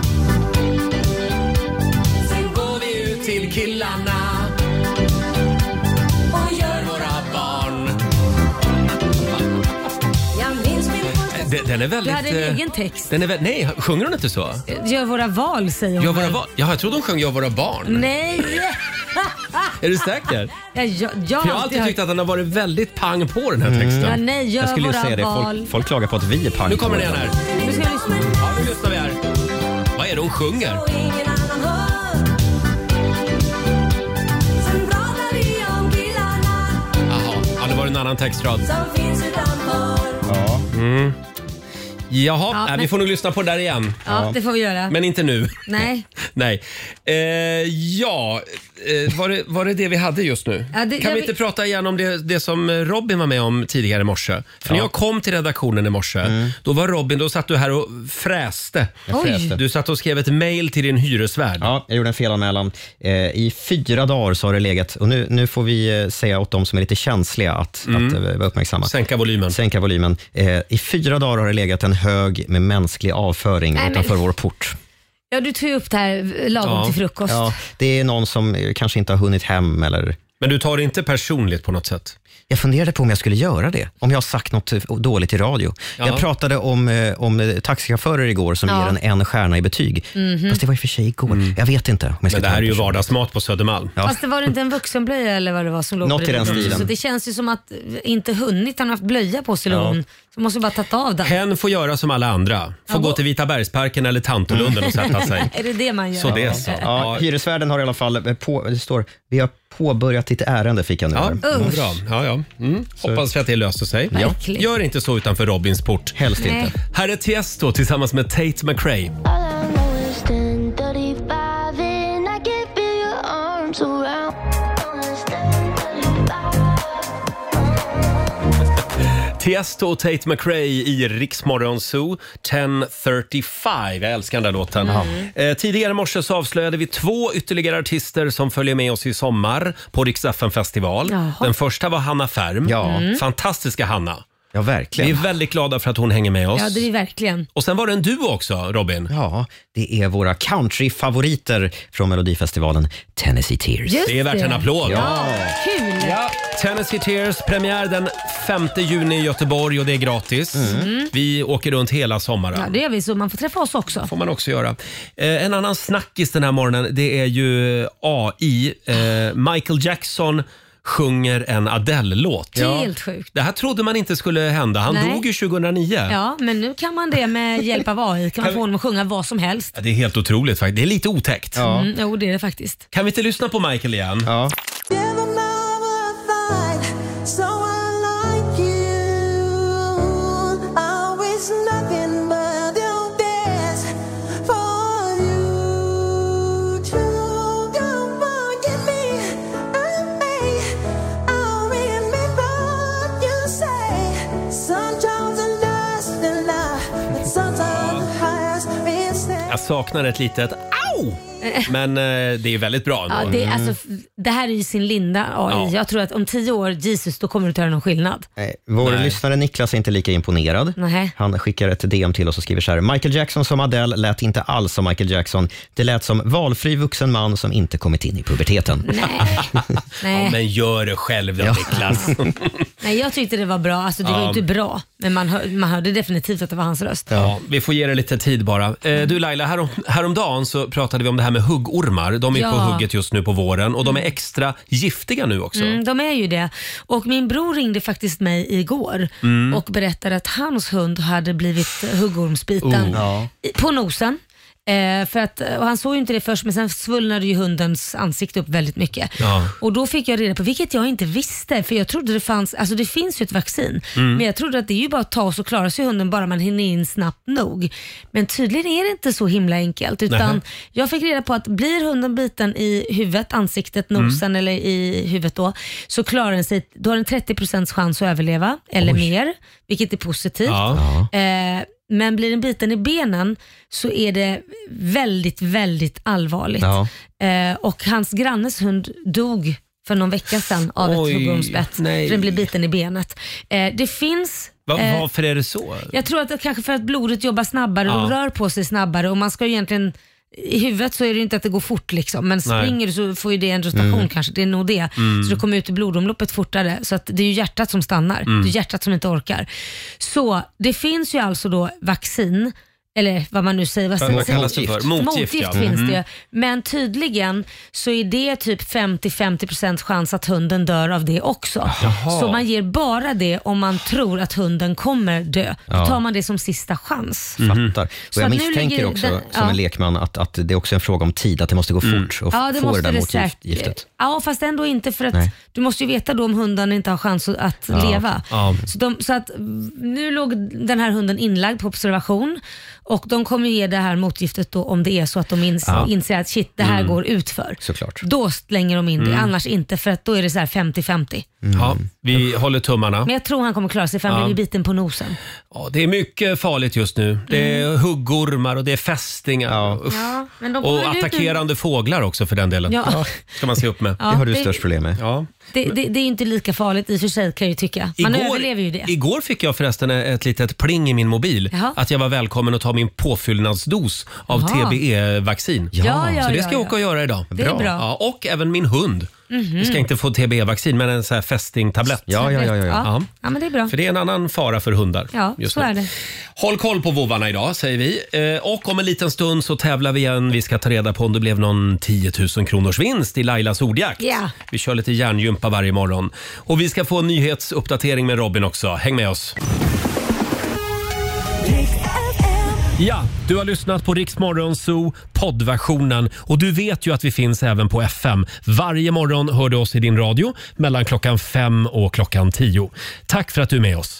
Sen Går vi ut till killarna och gör våra barn. Jag minns min första Den, den är Du väldigt... hade en eh, egen text. Den är vä- nej, sjunger hon inte så? Gör våra val, säger hon. Gör våra barn? Ja, jag trodde hon sjöng Gör våra barn. Nej! Är du säker? Ja, jag, jag, För jag har alltid tyckt att den har varit väldigt pang på den här texten. Ja, nej, gör Jag skulle ju våra säga det. val. Folk, folk klagar på att vi är pang. Nu kommer den igen här. Nu ska vi lyssna. Ja, nu lyssnar vi här. Vad är det hon sjunger? och ingen annan hör. Sen pratar vi om killarna Jaha, ja, det var en annan textrad. som finns utanför. Ja. Mm. Jaha, Ja, nej, vi men- får nog lyssna på det där igen. Ja, det får vi göra. Men inte nu. Nej. Nej. Eh, ja, eh, var, det, var det det vi hade just nu? Ja, det- kan jag vi vet- inte prata igen om det, det som Robin var med om tidigare i morse? För när Ja. jag kom till redaktionen i morse, Mm. då var Robin, då satt du här och fräste. Jag fräste. Du satt och skrev ett mejl till din hyresvärd. Ja, jag gjorde en felanmälan. Eh, I fyra dagar så har det legat, och nu, nu får vi eh, säga åt de som är lite känsliga att, Mm. att eh, vara uppmärksamma. Sänka volymen. Sänka volymen. Eh, I fyra dagar har det legat en hög med mänsklig avföring Nej, men- utanför vår port. Ja, du tog ju upp det här lagom Ja. till frukost. Ja, det är någon som eh, kanske inte har hunnit hem eller... Men du tar det inte personligt på något sätt? Jag funderade på om jag skulle göra det, om jag har sagt något eh, dåligt i radio. Ja. Jag pratade om, eh, om eh, taxichaufförer igår som Ja. ger en en stjärna i betyg. Mhm. Fast det var i och för sig igår. Jag vet inte om jag ska Men det ta här är ju person. vardagsmat på Södermalm. Ja. Fast det var inte en vuxenblöja eller vad det var som låg Något på i det den bordet. stilen. Så det känns ju som att inte hunnit, han har haft blöja på sig Ja. ja. Så måste bara tagit av den. Hen får göra som alla andra. Får Ja, gå gå- till Vita bergsparken eller Tantolunden och sätta sig. Är det det man gör? Så det är så. Ja, hyresvärden har i alla fall, eh, på, det står, vi har påbörjat ditt ärende, fick jag nu. Ja, här. vad Usch. bra. Ja, ja. Mm. Hoppas vi att det löser sig. Ja. Verkligen. Gör inte så utanför Robins port. Helst Nej. inte. Här är Tiesto tillsammans med Tate McRae. All I know is ten thirty-five and I can feel your arms around. Tiesto och Tate McRae i Rix Morgon Zoo. tio fyrtiofem. Jag älskar den där låten. Eh, tidigare i morse så avslöjade vi två ytterligare artister som följer med oss i sommar på Rix F M festival. Jaha. Den första var Hanna Färm. Ja. Fantastiska Hanna. Ja, verkligen. Vi är väldigt glada för att hon hänger med oss. Ja, det är verkligen. Och sen var det en duo också, Robin. Ja, det är våra countryfavoriter från Melodifestivalen, Tennessee Tears. Just det är värt en det. applåd. Ja, kul. Ja, Tennessee Tears, premiär den femte juni i Göteborg och det är gratis. Mm. Vi åker runt hela sommaren. Ja, det gör vi, så man får träffa oss också. Får man också göra. Eh, en annan snackis den här morgonen, det är ju A I. Eh, Michael Jackson sjunger en Adele-låt. Helt sjukt. Det här trodde man inte skulle hända. Han Nej. dog ju tjugohundraniio. Ja, men nu kan man det med hjälp av A I. Kan man få honom att sjunga vad som helst. Ja, det är helt otroligt faktiskt. Det är lite otäckt. Ja. Mm, jo, det är det faktiskt. Kan vi inte lyssna på Michael igen? Ja. Jag saknar ett litet au! Men eh, det är väldigt bra ändå. Ja, det, är, alltså, det här är ju sin linda A I. Ja. Jag tror att om tio år, Jesus, då kommer du inte höra någon skillnad. Nej, vår Nej. lyssnare Niklas är inte lika imponerad. Nej. Han skickar ett D M till oss och skriver så här: Michael Jackson som Adele lät inte alls som Michael Jackson. Det lät som valfri vuxen man som inte kommit in i puberteten. Nej. Nej. Ja, men gör det själv då, Niklas. Nej, jag tyckte det var bra. Alltså, det Ja. var inte bra, men man, hör, man hörde definitivt att det var hans röst. Ja, vi får ge det lite tid bara. Eh, du Laila, härom, häromdagen så pratade vi om det här med huggormar. De är Ja. på hugget just nu på våren och de är extra giftiga nu också. Mm, de är ju det. Och min bror ringde faktiskt mig igår Mm. och berättade att hans hund hade blivit huggormsbiten Oh. Ja. i- på nosen. Eh, för att, och han såg ju inte det först, men sen svullnade ju hundens ansikte upp väldigt mycket. Ja. Och då fick jag reda på, vilket jag inte visste, för jag trodde det fanns, alltså det finns ju ett vaccin, Mm. men jag trodde att det är ju bara att ta oss och klara sig hunden bara man hinner in snabbt nog. Men tydligen är det inte så himla enkelt, utan Nähä. jag fick reda på att blir hunden biten i huvudet, ansiktet, Mm. nosen eller i huvudet då, så klarar den sig, då har den trettio procent chans att överleva, eller mer, vilket är positivt. Ja. Eh, men blir den biten i benen så är det väldigt, väldigt allvarligt. Ja. Eh, och hans grannes hund dog för någon vecka sedan av Oj, ett huggormsbett. nej. För den blev biten i benet. Eh, det finns... Va, eh, varför är det så? jag tror att det kanske för att blodet jobbar snabbare och Ja. rör på sig snabbare och man ska ju egentligen, i huvudet så är det ju inte att det går fort liksom, men Nej. springer du så får ju det en rotation Mm. kanske, det är nog det. Mm. Så det kommer ut i blodomloppet fortare, så att det är ju hjärtat som stannar. Mm. Det är hjärtat som inte orkar. Så det finns ju alltså då vaccin, eller vad man nu säger, vad Vad säger kallas det för? Motgift, Motgift ja. finns Mhm. det. Men tydligen så är det typ femtio till femtio procent chans att hunden dör av det också. Jaha. Så man ger bara det om man tror att hunden kommer dö. Då Ja. tar man det som sista chans. Fattar. Så Och jag att nu misstänker ligger också den- som ja. en lekman att, att det är också en fråga om tid, att det måste gå fort och Ja, det få det måste där det motgiftet. säkert. Ja, fast ändå inte, för att Nej. du måste ju veta då om hunden inte har chans att Ja. leva. Ja. Så, de, så att nu låg den här hunden inlagd på observation och de kommer ge det här motgiftet då om det är så att de ins- Ja. inser att shit, det här Mm. går utför. Såklart. Då slänger de in det, Mm. annars inte, för att då är det så här femtio femtio. Ja, vi håller tummarna. Men jag tror han kommer klara sig, för han Ja. blev ju biten på nosen. Ja, det är mycket farligt just nu. Det är huggormar och det är fästingar. Uff. Ja, men de kommer Och väl ut attackerande fåglar också för den delen. Ja. Ska man se upp med. Ja, Det har du det- störst problem med. Ja. Det, det, det är inte lika farligt i och för sig, kan jag ju tycka. Man överlever ju det. Igår fick jag förresten ett litet pling i min mobil. Jaha. Att jag var välkommen att ta min påfyllnadsdos av Jaha. T B E-vaccin. Ja, ja, Så det ja, ska jag ja. åka och göra idag. Det är bra. Ja, och även min hund. Mhm. Vi ska inte få T B E-vaccin, men en sån här fästingtablett. Ja, ja, ja, ja, ja. Ja. Ja, men det är bra. För det är en annan fara för hundar. Ja, just så nu. är det. Håll koll på vovvarna idag, säger vi. Eh, och om en liten stund så tävlar vi igen. Vi ska ta reda på om det blev någon tio tusen kronors vinst i Lailas ordjakt. Ja. Vi kör lite hjärngympa varje morgon. Och vi ska få en nyhetsuppdatering med Robin också. Häng med oss. Ja, du har lyssnat på Rix Morgon Zoo poddversionen och du vet ju att vi finns även på F M. Varje morgon hör du oss i din radio mellan klockan fem och klockan tio. Tack för att du är med oss.